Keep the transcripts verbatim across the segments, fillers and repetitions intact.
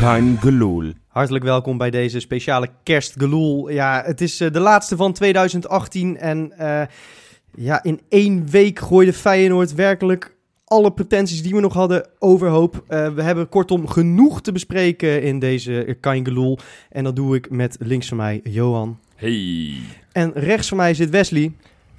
Kein Geloel. Hartelijk welkom bij deze speciale kerstgeloel. Ja, het is uh, de laatste van twintig achttien en uh, ja, in één week gooide Feyenoord werkelijk alle pretenties die we nog hadden overhoop. Uh, we hebben kortom genoeg te bespreken in deze Kein Geloel. En dat doe ik met links van mij Johan. Hey. En rechts van mij zit Wesley.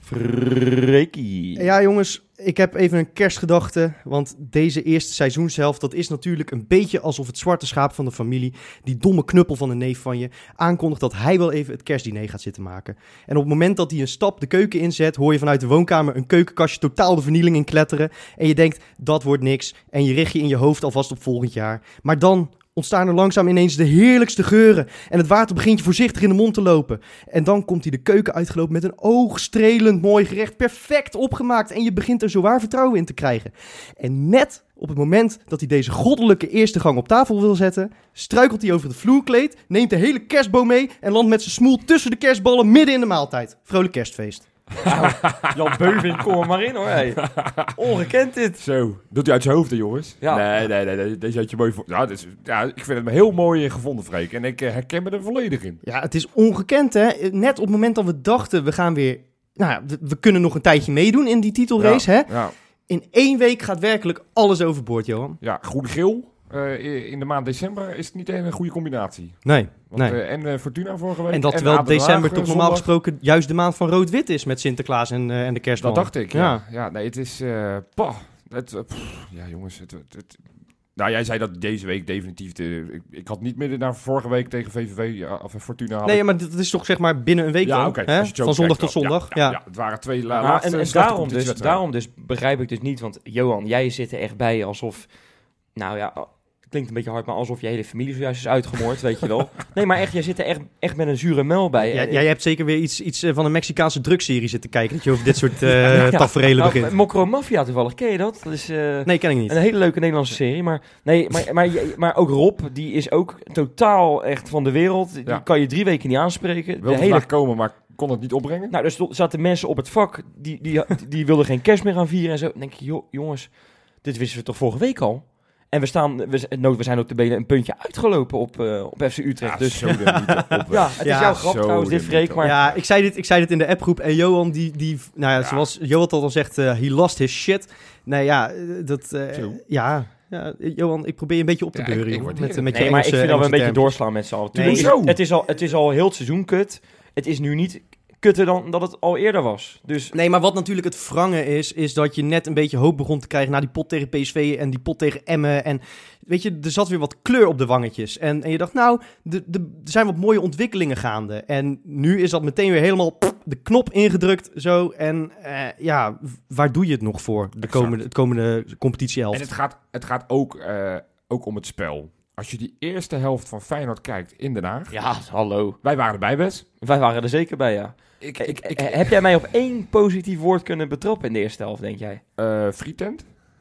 Freekie. Ja jongens, ik heb even een kerstgedachte, want deze eerste seizoenshelft, dat is natuurlijk een beetje alsof het zwarte schaap van de familie, die domme knuppel van een neef van je, aankondigt dat hij wel even het kerstdiner gaat zitten maken. En op het moment dat hij een stap de keuken inzet, hoor je vanuit de woonkamer een keukenkastje totaal de vernieling in kletteren. En je denkt, dat wordt niks. En je richt je in je hoofd alvast op volgend jaar. Maar dan ontstaan er langzaam ineens de heerlijkste geuren. En het water begint je voorzichtig in de mond te lopen. En dan komt hij de keuken uitgelopen met een oogstrelend mooi gerecht. Perfect opgemaakt. En je begint er zowaar vertrouwen in te krijgen. En net op het moment dat hij deze goddelijke eerste gang op tafel wil zetten, struikelt hij over het vloerkleed, neemt de hele kerstboom mee en landt met zijn smoel tussen de kerstballen midden in de maaltijd. Vrolijk kerstfeest. Nou, Jan Beuving, kom er maar in hoor. Hey. Ongekend dit. Zo, doet hij uit zijn hoofd, hè, jongens? Ja. Nee, nee, nee, nee, deze had je mooi voor. Ja, dit is, ja, ik vind het heel mooi gevonden, Freek. En ik uh, herken me er volledig in. Ja, het is ongekend, hè? Net op het moment dat we dachten, we gaan weer, nou ja, we, we kunnen nog een tijdje meedoen in die titelrace, ja, hè? Ja. In één week gaat werkelijk alles overboord, Johan. Ja, groen-geel. Uh, in de maand december is het niet een goede combinatie. Nee, Want, nee. Uh, en uh, Fortuna vorige week. En dat en terwijl Aden december Haag, toch uh, normaal zondag. gesproken juist de maand van rood-wit is met Sinterklaas en, uh, en de kerstman. Dat dacht ik, ja. Ja. Ja, nee, het is... Uh, pah, het, uh, pff, ja, jongens, het, het, het... Nou, jij zei dat deze week definitief... De, ik, ik had niet meer naar vorige week tegen V V V ja, of Fortuna... Nee, maar dat is toch zeg maar binnen een week ja, dan, okay, hè? Van zondag tot zondag. Ja, ja, Ja. ja, het waren twee la- Ja, laatste en, en slechte daarom, dus, competitiewedstrijden. daarom dus begrijp ik dus niet, want Johan, jij zit er echt bij alsof, nou ja, het klinkt een beetje hard, maar alsof je hele familie zojuist is uitgemoord, weet je wel. Nee, maar echt, jij zit er echt, echt met een zure mel bij. Ja, En- jij hebt zeker weer iets, iets uh, van een Mexicaanse drugsserie zitten kijken, dat je over dit soort uh, Ja. taferelen Nou, begint. Mokro Mafia toevallig, ken je dat? Dat is uh, Nee, ken ik niet. een hele leuke Nederlandse serie, maar, nee, maar, maar, maar, maar ook Rob, die is ook totaal echt van de wereld. Die Ja. kan je drie weken niet aanspreken. Wilde de hele vandaag komen, maar kon het niet opbrengen. Nou, er sto- zaten mensen op het vak, die, die, die, die wilden geen kerst meer gaan vieren en zo. Dan denk je, joh, jongens, dit wisten we toch vorige week al? En we, staan, we, we zijn ook de benen een puntje uitgelopen op, uh, op F C Utrecht. Ja, dus zo de mythe op, hè. ja, het Ja, is jouw grap zo trouwens, dit de Freek. mythe. Maar Ja, ik zei dit, ik zei dit in de appgroep en Johan, die, die nou ja, Ja. zoals Johan al zegt, uh, he lost his shit. Nee, ja, uh, dat, uh, Zo. ja, ja, Johan, ik probeer je een beetje op te Ja, ik- beuren, ik joh, waardeer met, het. met je nee, maar ik Engelse- vind dat we een Engelse beetje termpjes. doorslaan met z'n allen. Nee. Tuurlijk, Hoezo? het, is al, het is al heel het seizoen kut. Het is nu niet kutter dan dat het al eerder was. Dus Nee, maar wat natuurlijk het wrange is, is dat je net een beetje hoop begon te krijgen na die pot tegen P S V en die pot tegen Emmen. En weet je, er zat weer wat kleur op de wangetjes. En, en je dacht, nou, de, de, er zijn wat mooie ontwikkelingen gaande. En nu is dat meteen weer helemaal pff, de knop ingedrukt zo. En uh, ja, waar doe je het nog voor, de Exact. komende, het komende competitiehelft? En het gaat, het gaat ook, uh, ook om het spel. Als je die eerste helft van Feyenoord kijkt in Den Haag. ja, hallo. Wij waren erbij, Wes. Wij waren er zeker bij, ja. Ik, Ik, ik, ik, eh, heb jij mij op één positief woord kunnen betrappen in de eerste helft, denk jij? Uh, frietent?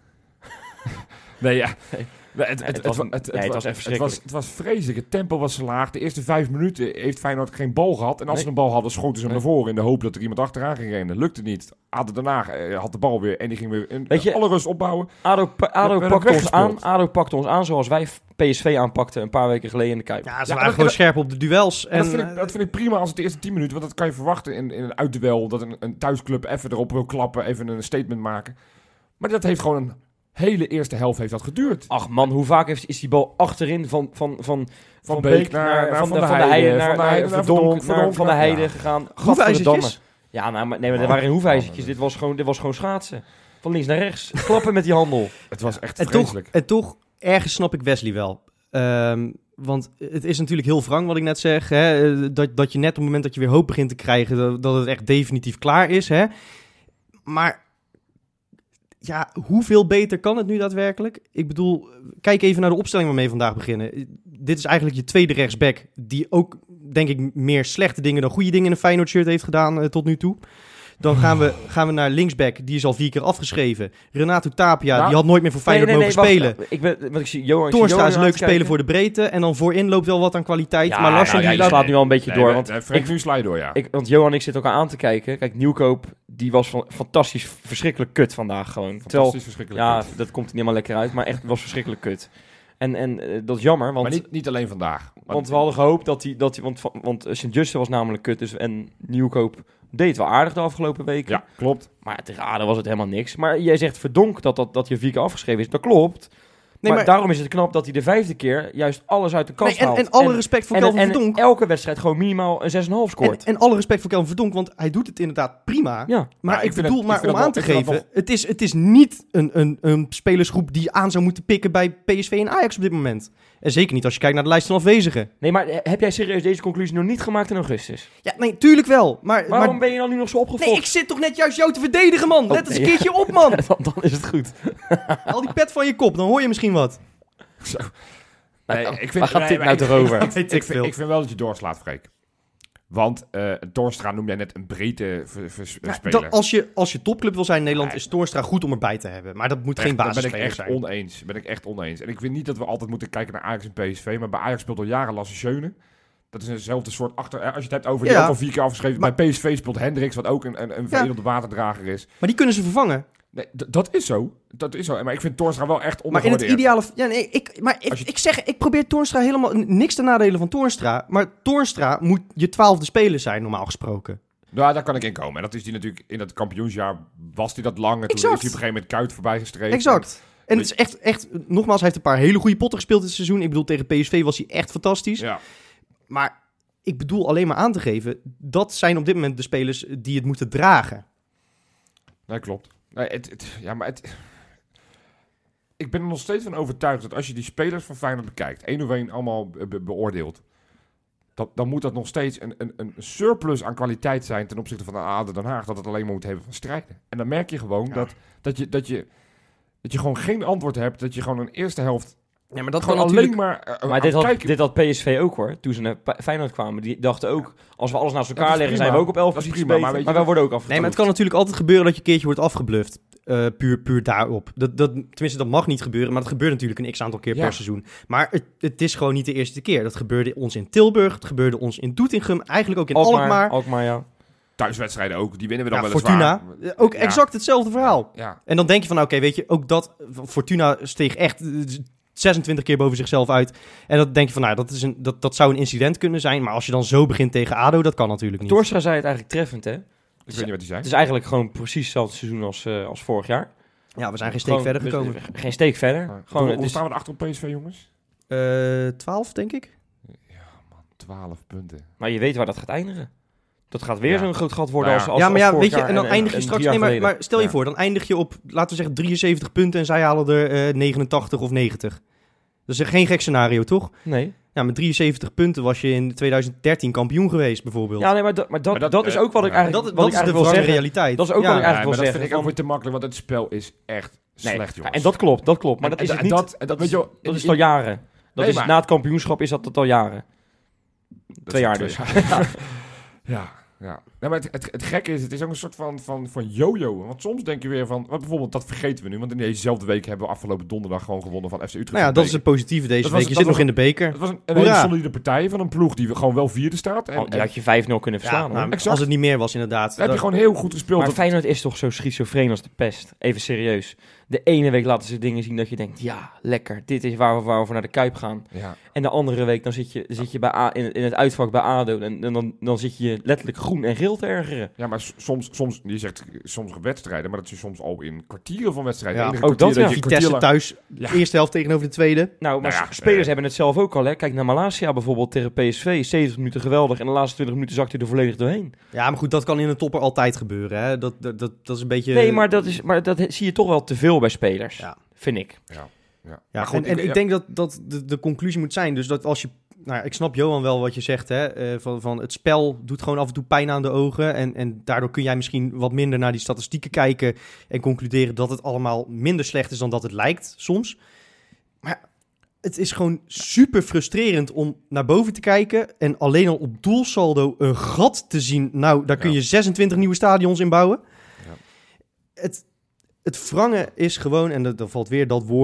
nee, ja. Nee. Nee, Het, Nee, het, het was- het, het, nee, het wa- was echt het verschrikkelijk. was, het was vreselijk. Het tempo was laag. De eerste vijf minuten heeft Feyenoord geen bal gehad. En als Nee. ze een bal hadden, schoten ze hem Nee. naar voren in de hoop dat er iemand achteraan ging rennen. Lukte niet. Aden daarna uh, had de bal weer en die ging weer in Weet je- alle rust opbouwen. ADO, pa- ADO We werden pakte ons weggespeeld. aan. ADO pakte ons aan zoals wij P S V aanpakten een paar weken geleden in de Kuip. Ja, ze Ja, waren dat- gewoon dat- scherp op de duels. En En, dat, vind ik, uh, dat vind ik prima als het de eerste tien minuten. Want dat kan je verwachten in, in een uitduel. Dat een, een thuisclub even erop wil klappen. Even een statement maken. Maar dat heeft gewoon een hele eerste helft heeft dat geduurd. Ach man, hoe vaak heeft, is die bal achterin van, van, van, van, Beek Beek naar- naar van, Van de, de van de Heide Heide, naar, Van de naar Heide naar Verdonk, Verdonk, naar Verdonk, Van de ja. Heide gegaan. Hoefijzertjes? Gadverdamme. Ja, nou, maar, nee, maar er waren geen hoefijzertjes. Dit was gewoon, dit was gewoon schaatsen. Van links naar rechts. Klappen met die handel. Het was echt En toch, vreselijk. en toch, ergens snap ik Wesley wel. Um, want het is natuurlijk heel wrang wat ik net zeg. Hè? Dat, dat je net op het moment dat je weer hoop begint te krijgen, dat, dat het echt definitief klaar is. Hè? Maar ja, hoeveel beter kan het nu daadwerkelijk? Ik bedoel, kijk even naar de opstelling waarmee we vandaag beginnen. Dit is eigenlijk je tweede rechtsback, die ook, denk ik, meer slechte dingen dan goede dingen in een Feyenoord shirt heeft gedaan uh, tot nu toe. Dan gaan we, gaan we naar linksback, die is al vier keer afgeschreven. Renato Tapia, Nou, die had nooit meer voor Feyenoord nee, nee, mogen nee, spelen. wacht. Ik ben, want ik zie Johan, ik zie Toornstra Johan is een leuke aan het speler voor de breedte. En dan voorin loopt wel wat aan kwaliteit. Ja, maar Larsson nou ja, die je laat... slaat nu al een beetje Nee, door. maar, Want, eh, Frank, ik, nu sla je door, ja. ik, want Johan en ik zitten elkaar aan te kijken. Kijk, Nieuwkoop, die was van, fantastisch verschrikkelijk kut vandaag gewoon. Terwijl, Fantastisch verschrikkelijk. ja, goed. dat komt er niet helemaal lekker uit. Maar echt, het was verschrikkelijk kut. En, en uh, dat is jammer, want, maar niet, niet alleen vandaag. Want, want we hadden gehoopt dat hij... Dat die, want want Sint-Juste was namelijk kut, dus, en Nieuwkoop deed het wel aardig de afgelopen weken. Ja, klopt. Maar tegen A D O was het helemaal niks. Maar jij zegt verdonk dat, dat, dat je vier keer afgeschreven is. Dat klopt. Nee, maar, maar daarom is het knap dat hij de vijfde keer juist alles uit de kast nee, en, haalt. en alle respect voor en, Kelvin en, Verdonk. En elke wedstrijd gewoon minimaal een zes komma vijf scoort. En, en alle respect voor Kelvin Verdonk, want hij doet het inderdaad prima. Ja. Maar, Maar ik, ik vind bedoel, het- maar ik vind om het aan wel- te ik vind het geven, het is, het is niet een, een, een spelersgroep die aan zou moeten pikken bij P S V en Ajax op dit moment. En zeker niet als je kijkt naar de lijst van afwezigen. Nee, maar heb jij serieus deze conclusie nog niet gemaakt in augustus? Ja, nee, tuurlijk wel. Maar, Waarom maar, ben je dan nu nog zo opgefokt? nee, ik zit toch net juist jou te verdedigen, man. Let eens nee, een ja. keertje op, man. dan, dan is het goed. Haal die pet van je kop, dan hoor je misschien wat. Zo. Nou, Nee, ik vind, waar gaat nee, dit maar nou ik- toch over? Ik, Weet ik, ik vind, veel. ik vind wel dat je doorslaat, Freek. Want uh, Toornstra noem jij net een breedte ver, ver, Ja, speler. dat, als, je, als je topclub wil zijn in Nederland, Nee. is Toornstra goed om erbij te hebben. Maar dat moet geen Echt, daar ben ik basisspeler echt zijn. oneens. Ben ik echt oneens. En ik vind niet dat we altijd moeten kijken naar Ajax en P S V. Maar bij Ajax speelt al jaren Lasse Schöne. Dat is eenzelfde soort achter... Als je het hebt over die Ja. ook al vier keer afgeschreven. Maar- bij P S V speelt Hendricks, wat ook een, een, een veredelde waterdrager is. Maar die kunnen ze vervangen. Nee, d- dat is zo. Dat is zo. Maar ik vind Toornstra wel echt Maar in het ondergewaardeerd. ideale... Ja, nee, ik, maar ik, Als je- ik zeg, ik probeer Toornstra helemaal... Niks te nadelen van Toornstra. Maar Toornstra moet je twaalfde speler zijn, normaal gesproken. Ja, daar kan ik in komen. En dat is die natuurlijk in dat kampioensjaar was hij dat lang. En toen is hij Exact. op een gegeven moment Kuit voorbij gestreefd. Exact. En het is echt, echt... Nogmaals, hij heeft een paar hele goede potten gespeeld dit seizoen. Ik bedoel, tegen P S V was hij echt fantastisch. Ja. Maar ik bedoel alleen maar aan te geven... Dat zijn op dit moment de spelers die het moeten dragen. Nee, klopt. Nee, het, het, ja, maar het... Ik ben er nog steeds van overtuigd dat als je die spelers van Feyenoord bekijkt, één op één allemaal be- be- beoordeelt, dat, dan moet dat nog steeds een, een, een surplus aan kwaliteit zijn ten opzichte van de A D O Den Haag, dat het alleen maar moet hebben van strijden. En dan merk je gewoon Ja. dat, dat, je, dat, je, dat je gewoon geen antwoord hebt, dat je gewoon een eerste helft Ja, maar dat gewoon kan alleen natuurlijk... maar uh, Maar dit had, kijken. dit had P S V ook hoor, toen ze naar Pa- Feyenoord kwamen. Die dachten ook, als we alles naast Dat elkaar is leggen, prima. zijn we ook op elf Dat is posities prima, beter. maar weet Maar, je wij worden ook Nee, afgetroefd. maar het kan natuurlijk altijd gebeuren dat je een keertje wordt afgebluft. Uh, puur, puur daarop. Dat, dat, tenminste, dat mag niet gebeuren, maar dat gebeurt natuurlijk een x-aantal keer Ja. per seizoen. Maar het, het is gewoon niet de eerste keer. Dat gebeurde ons in Tilburg, het gebeurde ons in Doetinchem, eigenlijk ook in Alkmaar, Alkmaar. Alkmaar, ja. Thuiswedstrijden ook, die winnen we dan Ja, weliswaar. Fortuna, ook Ja. exact hetzelfde verhaal. Ja, En dan denk je van, oké, weet je, ook dat... Fortuna steeg echt uh, zesentwintig keer boven zichzelf uit. En dan denk je van, nou, dat, is een, dat, dat zou een incident kunnen zijn. Maar als je dan zo begint tegen A D O, dat kan natuurlijk niet. Toornstra zei het eigenlijk treffend, hè? ik weet niet wat hij zei. Het is eigenlijk gewoon precies hetzelfde seizoen als, uh, als vorig jaar. Ja, we zijn geen steek Gewoon- verder gekomen. we- Geen steek verder. Maar Gewoon, hoe, het hoe is, staan we erachter op P S V, jongens? Uh, twaalf, denk ik. twaalf punten. maar je weet waar dat gaat eindigen. Dat gaat weer Ja. zo'n groot gat worden Nou ja. als, als Ja, maar als ja, vorig weet je, jaar en dan en- eindig je en straks... drie Nee, jaar maar, geleden. maar stel je Ja. voor, dan eindig je op, laten we zeggen, drieënzeventig punten en zij halen er uh, negenentachtig of negentig. Dat is geen gek scenario, toch? Nee. Ja, met drieënzeventig punten was je in twintig dertien kampioen geweest, bijvoorbeeld. Ja, nee, maar, dat, maar, dat, Maar dat, dat is eh, ook wat ik ja. en eigenlijk, dat, wat dat ik is de eigenlijk wil wrange zeggen. realiteit. Dat is ook ja. wat ik Ja, eigenlijk maar wil dat vind zeggen. ik ook van- weer te makkelijk, want het spel is echt Nee, slecht, jongens. en dat klopt, dat klopt. Maar dat En- is het en niet. dat- en dat weet je wel, dat is in- al jaren. Dat Nee, is, maar- na het kampioenschap is dat, dat al jaren. Dat Twee is jaar twee dus. jaar. ja, ja. Nee, maar het, het, het gekke is, het is ook een soort van, van, van yo-yo. Want soms denk je weer van, want bijvoorbeeld, dat vergeten we nu. Want in dezezelfde week hebben we afgelopen donderdag gewoon gewonnen van F C Utrecht. Nou ja, in de dat is het beker. positieve deze Dat week. was- Je dat zit nog was in de beker. Het was een, een Hoera. hele solide partij van een ploeg die gewoon wel vierde staat. En, Oh, die en had je vijf nul kunnen Ja, verslaan. hoor. nou, Exact. als het niet meer was, inderdaad. daar heb je Dat- gewoon heel goed gespeeld. Maar Dat- Feyenoord is toch zo schizofreen als de pest. Even serieus. De ene week laten ze dingen zien dat je denkt, ja, lekker. Dit is waar we, waar we voor naar de Kuip gaan. ja. En de andere week dan zit je, dan zit je bij A, in, het- in het uitvak bij A D O. En, en dan, dan zit je letterlijk groen en geel te ergeren. ja, maar s- soms, soms, je zegt soms wedstrijden, maar dat is soms al in kwartieren van wedstrijden. Ja, Enige ook kwartier dat, ja. je een Vitesse kwartier lang- thuis, Ja. de eerste helft tegenover de tweede. Nou, maar Nou ja, s- spelers eh, hebben het zelf ook al. Hè. Kijk naar Malasia bijvoorbeeld tegen P S V. zeventig minuten geweldig. En de laatste twintig minuten zakt hij er volledig doorheen. Ja, maar goed, dat kan in een topper altijd gebeuren. Hè? Dat, dat, dat, dat is een beetje... Nee, maar dat, is, maar dat he- zie je toch wel te veel bij spelers. Ja. Vind ik. Ja. Ja. Ja, Maar goed, en, en ik- ik ja. denk dat, dat de, de conclusie moet zijn. Dus dat als je... Nou, ik snap Johan wel wat je zegt. Hè? eh, van, van het spel doet gewoon af en toe pijn aan de ogen. En, en daardoor kun jij misschien wat minder naar die statistieken kijken. En concluderen dat het allemaal minder slecht is dan dat het lijkt soms. Maar het is gewoon super frustrerend om naar boven te kijken. En alleen al op doelsaldo een gat te zien. Nou, daar kun Ja. je zesentwintig nieuwe stadions in bouwen. Ja. Het, het wrangen is gewoon, en dat- dan valt weer dat woord...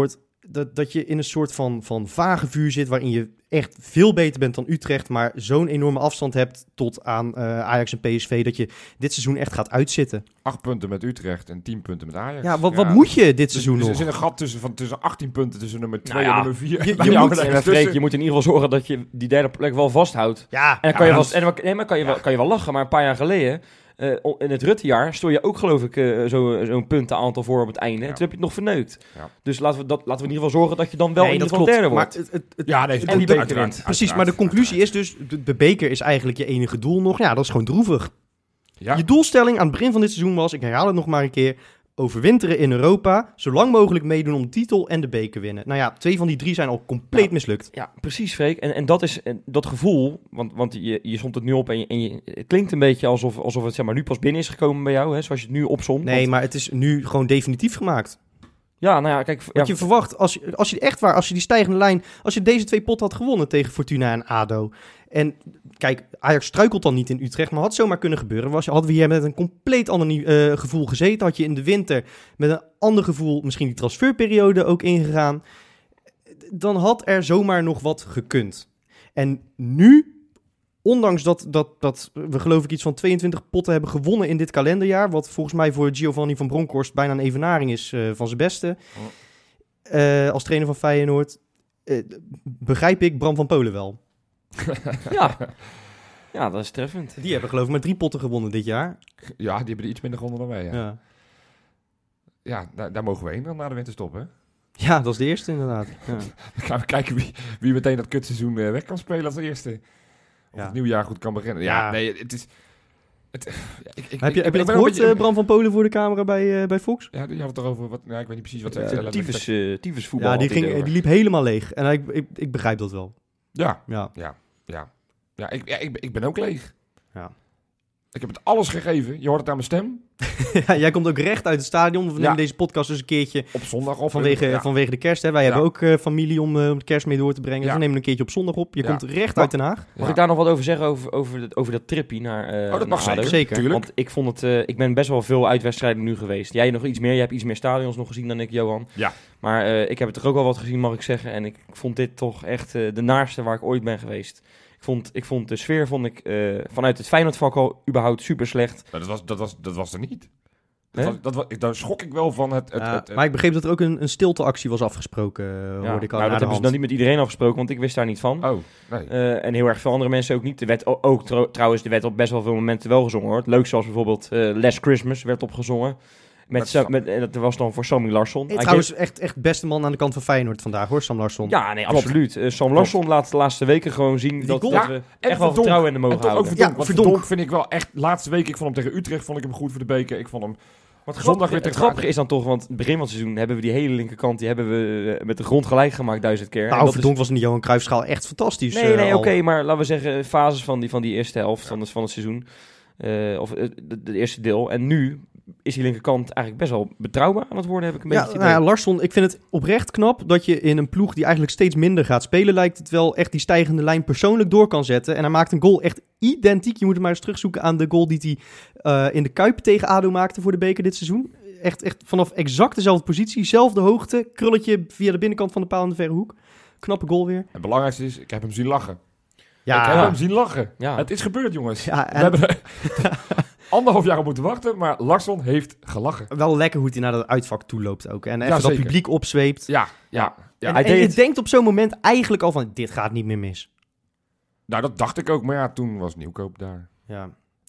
dat, dat je in een soort van, van vage vuur zit... waarin je echt veel beter bent dan Utrecht... maar zo'n enorme afstand hebt tot aan uh, Ajax en P S V... dat je dit seizoen echt gaat uitzitten. Acht punten met Utrecht en tien punten met Ajax. Ja, wat, wat ja, moet je dit dus, seizoen dus, nog? Er zit een gat tussen, van, tussen achttien punten tussen nummer twee nou ja, en nummer vier. Je, je, je, moet, en Freek, je moet in ieder geval zorgen dat je die derde plek wel vasthoudt. Ja, en dan kan, ja, je, wel, en dan, nee, maar kan, je wel, kan je wel lachen, maar een paar jaar geleden... Uh, in het Ruttejaar stoor je ook geloof ik uh, zo'n zo puntenaantal voor op het einde. Ja. En toen heb je het nog verneukt. Ja. Dus laten we, dat, laten we in ieder geval zorgen dat je dan wel nee, in ieder geval derde wordt. Maar het, het, het, ja, nee, het, en die beker wint. Precies, uiteraard. Maar de conclusie is dus, de, de beker is eigenlijk je enige doel nog. Ja, dat is gewoon droevig. Ja. Je doelstelling aan het begin van dit seizoen was, ik herhaal het nog maar een keer... overwinteren in Europa, zo lang mogelijk meedoen om de titel en de beker winnen. Nou ja, twee van die drie zijn al compleet ja, mislukt. Ja, precies, Freek. En, en dat is en dat gevoel, want, want je, je stond het nu op en, je, en je, het klinkt een beetje alsof, alsof het zeg maar, nu pas binnen is gekomen bij jou, hè, zoals je het nu opzomt. Nee, want... maar het is nu gewoon definitief gemaakt. Ja, nou ja, kijk... Wat ja, je verwacht, als je, als je echt waar, als je die stijgende lijn... als je deze twee potten had gewonnen tegen Fortuna en ADO... en kijk, Ajax struikelt dan niet in Utrecht... maar had zomaar kunnen gebeuren. Was, hadden we hier met een compleet ander uh, gevoel gezeten... had je in de winter met een ander gevoel... misschien die transferperiode ook ingegaan... dan had er zomaar nog wat gekund. En nu... Ondanks dat, dat, dat we geloof ik iets van tweeëntwintig potten hebben gewonnen in dit kalenderjaar... wat volgens mij voor Giovanni van Bronckhorst bijna een evenaring is uh, van zijn beste... Uh, als trainer van Feyenoord, uh, begrijp ik Bram van Polen wel. ja. ja, dat is treffend. Die hebben geloof ik maar drie potten gewonnen dit jaar. Ja, die hebben er iets minder gewonnen dan wij, ja. Ja, ja daar, daar mogen we heen dan na de winterstop, hè? Ja, dat is de eerste inderdaad. Ja. Dan gaan we kijken wie, wie meteen dat kutseizoen uh, weg kan spelen als eerste. Of ja. het nieuwjaar goed kan beginnen. Ja, ja. nee, het is... Het, ja, ik, ik, heb je, ik, heb je ik dat gehoord, beetje... Bram van Polen voor de camera bij, uh, bij Fox? Ja, die had het erover. Wat, nou, ik weet niet precies wat ze uh, zei. Tyfus, uh, tyfus voetbal. Ja, die, ging, die liep helemaal leeg. En ik, ik, ik begrijp dat wel. Ja, ja, ja. ja. ja, ik, ja ik, ik ben ook leeg. Ja. Ik heb het alles gegeven. Je hoort het aan mijn stem. ja, jij komt ook recht uit het stadion. We nemen ja. deze podcast dus een keertje... Op zondag op. Vanwege, ja. vanwege de kerst. Hè. Wij ja. hebben ook uh, familie om, uh, om de kerst mee door te brengen. Ja. Dus we nemen een keertje op zondag op. Je ja. komt recht mag, uit Den Haag. Mag ja. ik daar nog wat over zeggen? Over, over, dat, over dat tripje naar uh, Oh, dat mag zeker. zeker. Tuurlijk. Want ik vond het... Uh, ik ben best wel veel uitwedstrijden nu geweest. Jij nog iets meer. Jij hebt iets meer stadions nog gezien dan ik, Johan. Ja. Maar uh, ik heb er toch ook wel wat gezien, mag ik zeggen. En ik vond dit toch echt uh, de naarste waar ik ooit ben geweest. Ik vond, ik vond de sfeer vond ik, uh, vanuit het Feyenoordvak al überhaupt super slecht. Nou, dat, was, dat, was, dat was er niet. Dat was, dat was, daar schrok ik wel van. Het, het, ja, het, het, maar ik begreep dat er ook een, een stilteactie was afgesproken, uh, ja, hoorde ik al. Nou, dat hebben ze dan niet met iedereen afgesproken, want ik wist daar niet van. Oh, nee. Uh, en heel erg veel andere mensen ook niet. Er werd ook trouw, trouwens, er werd op best wel veel momenten wel gezongen, hoor. Leuk zoals bijvoorbeeld uh, Last Christmas werd opgezongen. Met Sam, met, en dat was dan voor Sammy Larsson. Hey, trouwens, geeft... echt, echt beste man aan de kant van Feyenoord vandaag, hoor, Sam Larsson. Ja, nee, absoluut. Uh, Sam Larsson laat de laatste weken gewoon zien dat, dat ja, we echt wel vertrouwen in de mogen houden. Ook Verdonk, ja, Verdonk vind ik wel echt... Laatste week, ik vond hem tegen Utrecht, vond ik hem goed voor de beker. Ik vond hem... Wat zondag weer het grappige is dan toch, want het begin van het seizoen hebben we die hele linkerkant, die hebben we uh, met de grond gelijk gemaakt duizend keer. Nou, Verdonk is... was in de Johan Cruijffschaal echt fantastisch. Nee, nee, uh, oké, okay, maar laten we zeggen, fases van die, van die eerste helft ja. van, het, van het seizoen. Uh, of het uh, eerste deel. En nu is die linkerkant eigenlijk best wel betrouwbaar aan het worden, heb ik een ja, beetje nou ja, Larsson, ik vind het oprecht knap dat je in een ploeg die eigenlijk steeds minder gaat spelen, lijkt het wel echt die stijgende lijn persoonlijk door kan zetten. En hij maakt een goal echt identiek. Je moet het maar eens terugzoeken aan de goal die hij uh, in de Kuip tegen ADO maakte voor de beker dit seizoen. Echt, echt vanaf exact dezelfde positie, zelfde hoogte, krulletje via de binnenkant van de paal in de verre hoek. Knappe goal weer. Het belangrijkste is, ik heb hem zien lachen. Ja. Ik heb ja. hem zien lachen. Ja. Het is gebeurd, jongens. Ja, en... We hebben er anderhalf jaar op moeten wachten, maar Larsson heeft gelachen. Wel lekker hoe hij naar dat uitvak toe loopt ook. En even ja, dat publiek opzweept. Ja, ja. ja. En, en je denkt op zo'n moment eigenlijk al van, dit gaat niet meer mis. Nou, dat dacht ik ook, maar ja, toen was Nieuwkoop daar. Ja.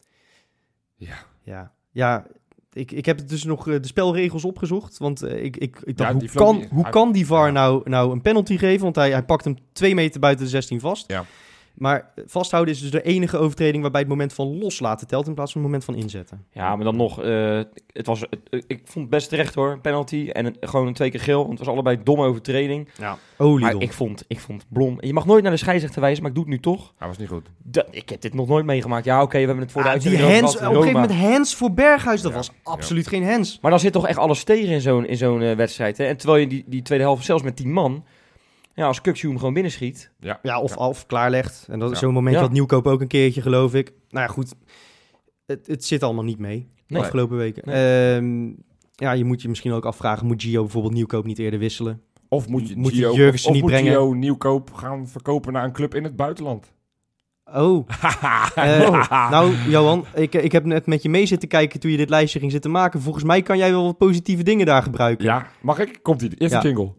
Ja. Ja. Ja. Ik, ik heb dus nog uh, de spelregels opgezocht. Want uh, ik, ik, ik dacht, ja, hoe, kan, die, hoe hij, kan die V A R ja. nou, nou een penalty geven? Want hij, hij pakt hem twee meter buiten de zestien vast. Ja. Maar vasthouden is dus de enige overtreding waarbij het moment van loslaten telt in plaats van het moment van inzetten. Ja, maar dan nog, uh, het was, het, ik vond het best terecht hoor, penalty. En een, gewoon een twee keer geel, want het was allebei domme overtreding. Ja, oliedom. Maar ik vond, ik vond Blom, je mag nooit naar de scheidsrechter wijzen, maar ik doe het nu toch. Hij was niet goed. De, ik heb dit nog nooit meegemaakt. Ja, oké, okay, we hebben het voor de ah, uitzending die hands, op een gegeven moment hands voor Berghuis, dat ja, was absoluut ja. geen hands. Maar dan zit toch echt alles tegen in zo'n, in zo'n uh, wedstrijd. Hè? En terwijl je die, die tweede helft zelfs met tien man... Ja, als Kukçu hem gewoon binnenschiet. Ja, ja of, ja. of klaarlegt. En dat is ja. zo'n momentje ja. had Nieuwkoop ook een keertje, geloof ik. Nou ja, goed. Het, het zit allemaal niet mee. De afgelopen weken. Nee. Um, ja, je moet je misschien ook afvragen... Moet Gio bijvoorbeeld Nieuwkoop niet eerder wisselen? Of moet je Moet je Gio, Jurgensen of niet moet brengen? Gio Nieuwkoop gaan verkopen naar een club in het buitenland? Oh. uh, nou, Johan, ik, ik heb net met je mee zitten kijken toen je dit lijstje ging zitten maken. Volgens mij kan jij wel wat positieve dingen daar gebruiken. Ja, mag ik? Komt-ie. Eerste Ja. jingle.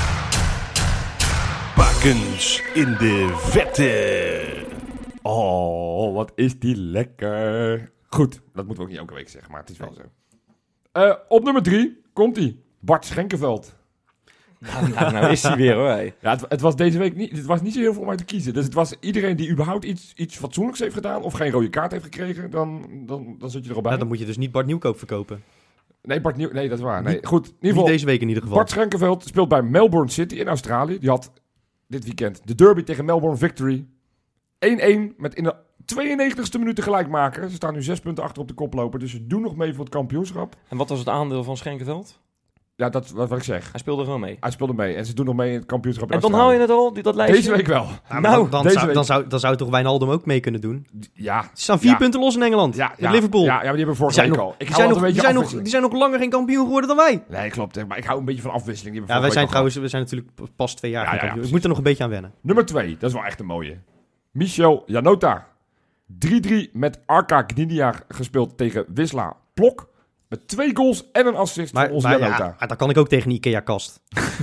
Bakens in de vette. Oh, wat is die lekker. Goed, dat moeten we ook niet elke week zeggen, maar het is wel zo. Uh, op nummer drie komt-ie. Bart Schenkenveld. Nou, nou, nou is hij weer hoor. Hey. Ja, het, het was deze week niet, het was niet zo heel veel om uit te kiezen. Dus het was iedereen die überhaupt iets, iets fatsoenlijks heeft gedaan of geen rode kaart heeft gekregen, dan, dan, dan zit je er al bij. Ja, dan moet je dus niet Bart Nieuwkoop verkopen. Nee, Bart Nieuw, nee, dat is waar. Nee, Niet- goed, in ieder Niet geval, deze week in ieder geval. Bart Schenkenveld speelt bij Melbourne City in Australië. Die had dit weekend de derby tegen Melbourne Victory. één-één met in de tweeënnegentigste minuut gelijk maken. Ze staan nu zes punten achter op de koploper, dus ze doen nog mee voor het kampioenschap. En wat was het aandeel van Schenkenveld? Ja, dat is wat ik zeg. Hij speelde gewoon mee. Hij speelde mee en ze doen nog mee in het kampioenschap in En dan haal je Australië. het al, die- dat lijstje? Deze week wel. Ja, maar Nou, dan, dan, deze zou, week- dan, zou, dan zou toch Wijnaldum ook mee kunnen doen? Ja. Ze staan vier Ja. punten los in Engeland. Ja, met ja, Liverpool. Ja, ja, maar die hebben vorige Die zijn week nog- al. Ik Die hou zijn, altijd nog, een die, beetje zijn nog, afwisseling. die zijn nog langer geen kampioen geworden dan wij. Nee, klopt. hè, Maar ik hou een beetje van afwisseling. Die hebben Ja, wij vorige zijn week al trouwens we zijn natuurlijk pas twee jaar Ja, geen ja, ja, kampioen. precies. Ik moet er nog een beetje aan wennen. gehad. Nummer twee, dat is wel echt een mooie. Michel Janota. drie-drie met Arka Gdynia gespeeld tegen Wisla Plok. Met twee goals en een assist Maar, van onze maar Janota. ja, maar dat kan ik ook tegen een Ikea-kast.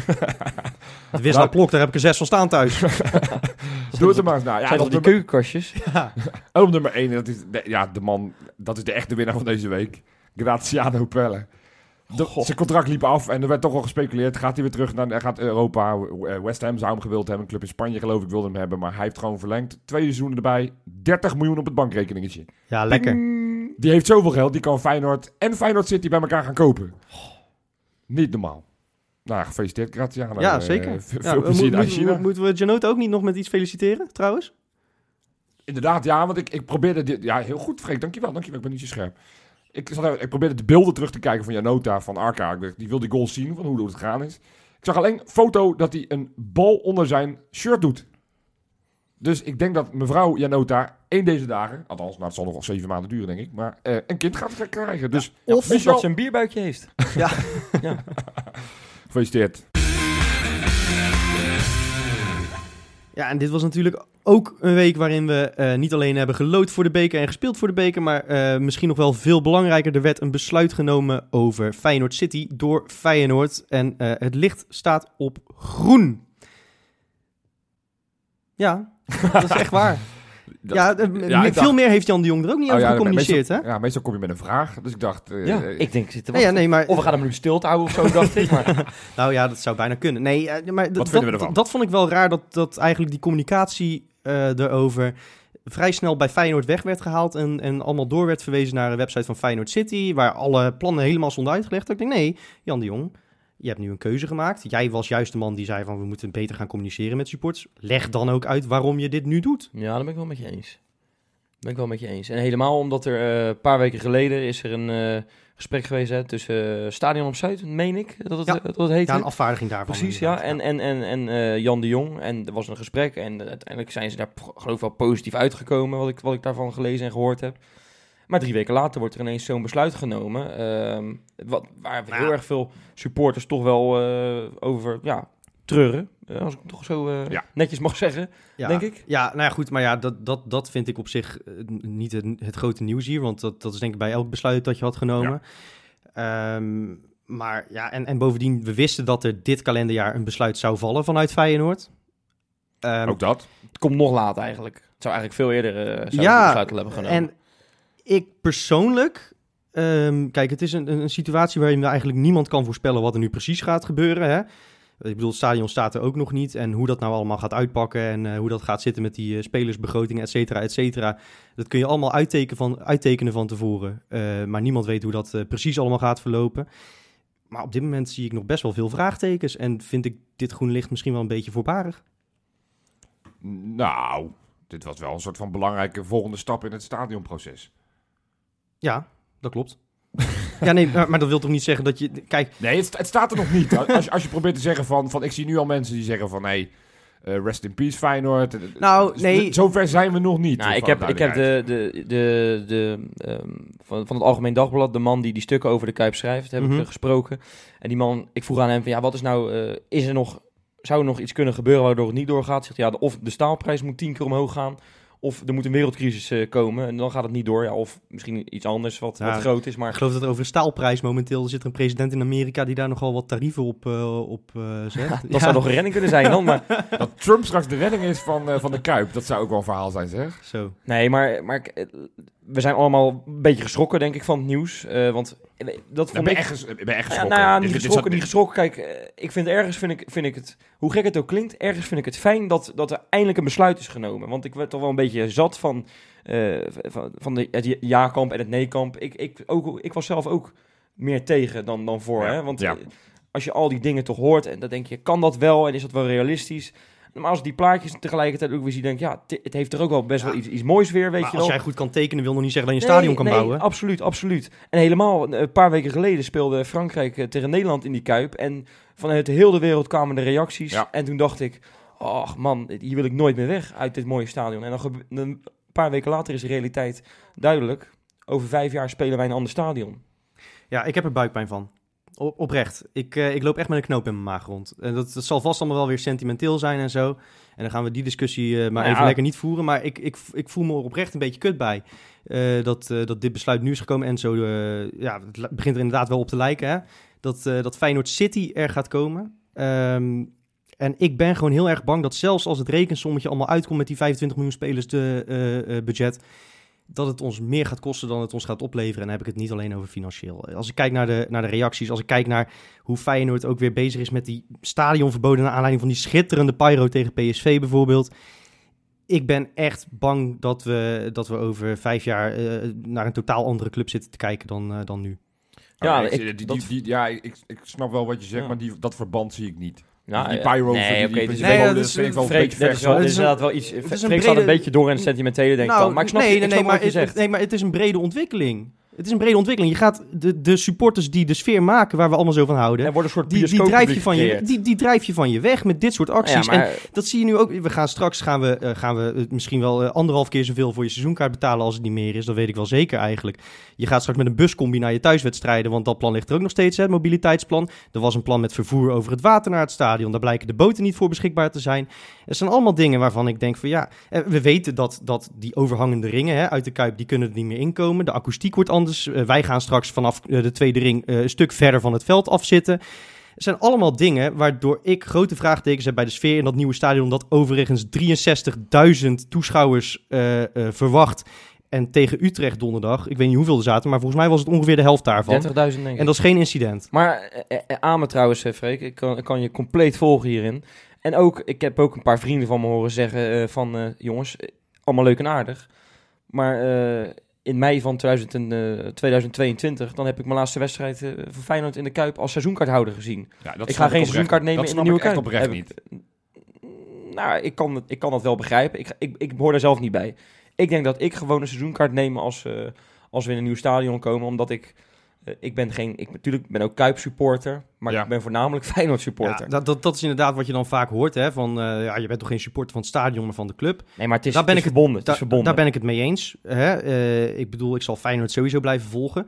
De Wisla Nou- Plok, daar heb ik er zes van staan thuis. Doe het er maar eens naar. Ja, Zijn dat dat die nummer, keukenkastjes? en op nummer één, dat is de, ja, de man, dat is de echte winnaar van deze week. Graziano Pelle. De- Goh. zijn contract liep af en er werd toch al gespeculeerd. Gaat hij weer terug naar hij gaat Europa? West Ham zou hem gewild hebben. Een club in Spanje geloof ik wilde hem hebben. Maar hij heeft gewoon verlengd. Twee seizoenen erbij. dertig miljoen op het bankrekeningetje. Ja, lekker. Ding. Die heeft zoveel geld. Die kan Feyenoord en Feyenoord City bij elkaar gaan kopen. Niet normaal. Nou, gefeliciteerd Graziano. Ja, Eh, zeker. veel Ja, plezier moet- naar moet- China. moet- Moeten we Janota ook niet nog met iets feliciteren, trouwens? Inderdaad, ja, want ik, ik probeerde dit... Ja, heel goed, Freek. Dankjewel, dankjewel. Ik ben niet zo scherp. Ik, zat even- ik probeerde de beelden terug te kijken van Janota, van Arka. Ik dacht, die wil die goal zien, van hoe het gegaan is. Ik zag alleen een foto dat hij een bal onder zijn shirt doet. Dus ik denk dat mevrouw Janota één deze dagen... Althans, nou, het zal nog wel zeven maanden duren, denk ik. Maar eh, een kind gaat krijgen. Dus Of, of Michel, dat ze een bierbuikje heeft. Ja. ja. gefeliciteerd. Ja, en dit was natuurlijk ook een week waarin we eh, niet alleen hebben gelood voor de beker en gespeeld voor de beker, maar eh, misschien nog wel veel belangrijker. Er werd een besluit genomen over Feyenoord City door Feyenoord en eh, het licht staat op groen. Ja, dat is echt waar. Dat- ja, eh, ja, ik veel dacht- meer heeft Jan de Jong er ook niet Oh, over ja, gecommuniceerd, hè? meestal, ja, meestal kom je met een vraag. Dus ik dacht... eh, ja, eh, ik denk zitten Nee, ja, nee, maar, Of we gaan hem nu stil te houden of zo, dacht ik. Maar nou ja, dat zou bijna kunnen. Nee, eh, maar d- Wat vinden we dat, ervan? dat vond ik wel raar, dat, dat eigenlijk die communicatie eh erover vrij snel bij Feyenoord weg werd gehaald en, en allemaal door werd verwezen naar de website van Feyenoord City, waar alle plannen helemaal stonden uitgelegd. Ik denk, nee, Jan de Jong, je hebt nu een keuze gemaakt. Jij was juist de man die zei van, we moeten beter gaan communiceren met supporters. Leg dan ook uit waarom je dit nu doet. ja, dat ben ik wel met je eens. Ben ik wel met je eens. En helemaal omdat er eh, een paar weken geleden is er een eh, gesprek geweest hè, tussen uh, Stadion op Zuid, meen ik dat het, Ja. dat het heet. Ja, een afvaardiging daarvan. Precies, ja. inderdaad. En, en, en, en uh, Jan de Jong. En er was een gesprek. En uh, uiteindelijk zijn ze daar geloof ik wel positief uitgekomen. Wat ik, wat ik daarvan gelezen en gehoord heb. Maar drie weken later wordt er ineens zo'n besluit genomen. Uh, wat, waar Nou. heel erg veel supporters toch wel uh, over ja, treuren. Uh, als ik het toch zo uh, Ja. netjes mag zeggen, Ja, denk ik. Ja, nou ja, goed, maar ja, dat, dat, dat vind ik op zich uh, niet het, het grote nieuws hier, want dat, dat is denk ik bij elk besluit dat je had genomen. Ja. Um, maar ja, en, en bovendien, we wisten dat er dit kalenderjaar een besluit zou vallen vanuit Feyenoord. Um, ook dat. Het komt nog laat eigenlijk. Het zou eigenlijk veel eerder uh, zou ja, besluit al hebben genomen. En ik persoonlijk, um, kijk, het is een, een situatie waarin eigenlijk niemand kan voorspellen wat er nu precies gaat gebeuren, hè. Ik bedoel, het stadion staat er ook nog niet. En hoe dat nou allemaal gaat uitpakken en uh, hoe dat gaat zitten met die uh, spelersbegroting, et cetera, et cetera. Dat kun je allemaal uittekenen van, uittekenen van tevoren. Uh, maar niemand weet hoe dat uh, precies allemaal gaat verlopen. Maar op dit moment zie ik nog best wel veel vraagtekens. En vind ik dit groen licht misschien wel een beetje voorbarig. Nou, dit was wel een soort van belangrijke volgende stap in het stadionproces. Ja, dat klopt. Ja, nee, maar, maar dat wil toch niet zeggen dat je... Kijk... Nee, het, het staat er nog niet. Als je, als je probeert te zeggen van, van... Ik zie nu al mensen die zeggen van... Nee, Uh, rest in peace Feyenoord. Nou, nee. Zover zijn we nog niet. Nou, ik heb, ik heb de, de, de, de um, van, van het Algemeen Dagblad, de man die die stukken over de Kuip schrijft, heb mm-hmm. ik gesproken. En die man, ik vroeg aan hem van, ja, wat is nou, uh, is er nog, zou er nog iets kunnen gebeuren waardoor het niet doorgaat? Zegt ja, de, of de staalprijs moet tien keer omhoog gaan, of er moet een wereldcrisis uh, komen en dan gaat het niet door. Ja, of misschien iets anders wat, ja, wat groot is. Maar ik geloof dat er over de staalprijs momenteel zit er een president in Amerika die daar nogal wat tarieven op, uh, op uh, zet. Ja, dat ja. zou nog een redding kunnen zijn dan. Maar dat Trump straks de redding is van, uh, van de Kuip, dat zou ook wel een verhaal zijn, zeg. Zo. Nee, maar, maar we zijn allemaal een beetje geschrokken, denk ik, van het nieuws. Uh, want dat vond nou, ben ik... Echt ges- ben echt geschrokken? Ja, nou ja, niet geschrokken, niet geschrokken. Kijk, uh, ik vind ergens, vind ik, vind ik het, hoe gek het ook klinkt, ergens vind ik het fijn dat, dat er eindelijk een besluit is genomen. Want ik werd toch wel een beetje zat van, uh, van, van de, het ja-kamp en het nee-kamp. Ik, ik, ook, ik was zelf ook meer tegen dan, dan voor. Ja, hè? Want ja. als je al die dingen toch hoort en dan denk je, kan dat wel en is dat wel realistisch? Maar als ik die plaatjes tegelijkertijd ook weer zie, denk ik, ja, t- het heeft er ook wel best ja. wel iets, iets moois weer, weet maar je als wel. jij goed kan tekenen, wil nog niet zeggen dat je een nee, stadion kan nee, bouwen. absoluut, absoluut. En helemaal, een paar weken geleden speelde Frankrijk uh, tegen Nederland in die Kuip. En vanuit de hele wereld kwamen de reacties. Ja. En toen dacht ik, ach man, hier wil ik nooit meer weg uit dit mooie stadion. En dan gebe- een paar weken later is de realiteit duidelijk. Over vijf jaar spelen wij een ander stadion. Ja, ik heb er buikpijn van. Op, oprecht. Ik, uh, ik loop echt met een knoop in mijn maag rond. En dat, dat zal vast allemaal wel weer sentimenteel zijn en zo. En dan gaan we die discussie uh, maar ja. even lekker niet voeren. Maar ik, ik, ik voel me er oprecht een beetje kut bij. Uh, dat, uh, dat dit besluit nu is gekomen. En zo, uh, ja, het begint er inderdaad wel op te lijken. Hè? Dat, uh, dat Feyenoord City er gaat komen. Um, en ik ben gewoon heel erg bang dat zelfs als het rekensommetje allemaal uitkomt met die vijfentwintig miljoen spelers de, uh, uh, budget, dat het ons meer gaat kosten dan het ons gaat opleveren. En dan heb ik het niet alleen over financieel. Als ik kijk naar de, naar de reacties, als ik kijk naar hoe Feyenoord ook weer bezig is met die stadionverboden naar aanleiding van die schitterende pyro tegen P S V bijvoorbeeld. Ik ben echt bang dat we, dat we over vijf jaar uh, naar een totaal andere club zitten te kijken dan, uh, dan nu. Ja, ja, ik, ik, die, die, die, ja ik, ik snap wel wat je zegt, ja. maar die, dat verband zie ik niet. Nou, die pyro nee, oké, dus nee, ja, dat is een beetje ver. Het is inderdaad wel iets. Freek staat een beetje door in het sentimentele, denk ik nou, dan. Maar ik snap, nee, ik nee, snap nee, maar wat je het, zegt. Nee, maar het is een brede ontwikkeling. Het is een brede ontwikkeling. Je gaat de, de supporters die de sfeer maken, waar we allemaal zo van houden, er wordt een soort die, die, drijf je van je, die, die drijf je van je weg met dit soort acties. Ja, maar, en dat zie je nu ook. We gaan straks gaan we, uh, gaan we misschien wel uh, anderhalf keer zoveel voor je seizoenkaart betalen als het niet meer is. Dat weet ik wel zeker eigenlijk. Je gaat straks met een buscombi naar je thuiswedstrijden, want dat plan ligt er ook nog steeds, hè, het mobiliteitsplan. Er was een plan met vervoer over het water naar het stadion. Daar blijken de boten niet voor beschikbaar te zijn. Er zijn allemaal dingen waarvan ik denk van ja, we weten dat, dat die overhangende ringen, hè, uit de Kuip, die kunnen er niet meer inkomen. De akoestiek wordt anders. Uh, wij gaan straks vanaf uh, de tweede ring uh, een stuk verder van het veld afzitten. Het zijn allemaal dingen waardoor ik grote vraagtekens heb bij de sfeer in dat nieuwe stadion, dat overigens drieënzestigduizend toeschouwers uh, uh, verwacht. En tegen Utrecht donderdag, ik weet niet hoeveel er zaten, maar volgens mij was het ongeveer de helft daarvan. dertigduizend denk ik. En dat is geen incident. Maar uh, uh, aan me trouwens, uh, Freek, ik kan, ik kan je compleet volgen hierin. En ook, ik heb ook een paar vrienden van me horen zeggen uh, van, uh, jongens, uh, allemaal leuk en aardig. Maar uh, in mei van twintig, uh, tweeduizend tweeëntwintig, dan heb ik mijn laatste wedstrijd uh, voor Feyenoord in de Kuip als seizoenkaarthouder gezien. Ja, dat ik ga geen seizoenkaart nemen in de nieuwe Kuip. Dat snap ik echt oprecht niet. Nou, ik kan, het, ik kan dat wel begrijpen. Ik, ik, ik hoor daar zelf niet bij. Ik denk dat ik gewoon een seizoenkaart neem als, uh, als we in een nieuw stadion komen, omdat ik... Uh, ik ben geen, ik natuurlijk ben ook Kuip supporter, maar ja. ik ben voornamelijk Feyenoord supporter. Ja, dat, dat, dat is inderdaad wat je dan vaak hoort, hè? Van, uh, ja, je bent toch geen supporter van het stadion, maar van de club. Nee, maar het is, daar ben het is ik verbonden. Het, het is verbonden. Daar ben ik het mee eens. Hè? Uh, ik bedoel, ik zal Feyenoord sowieso blijven volgen.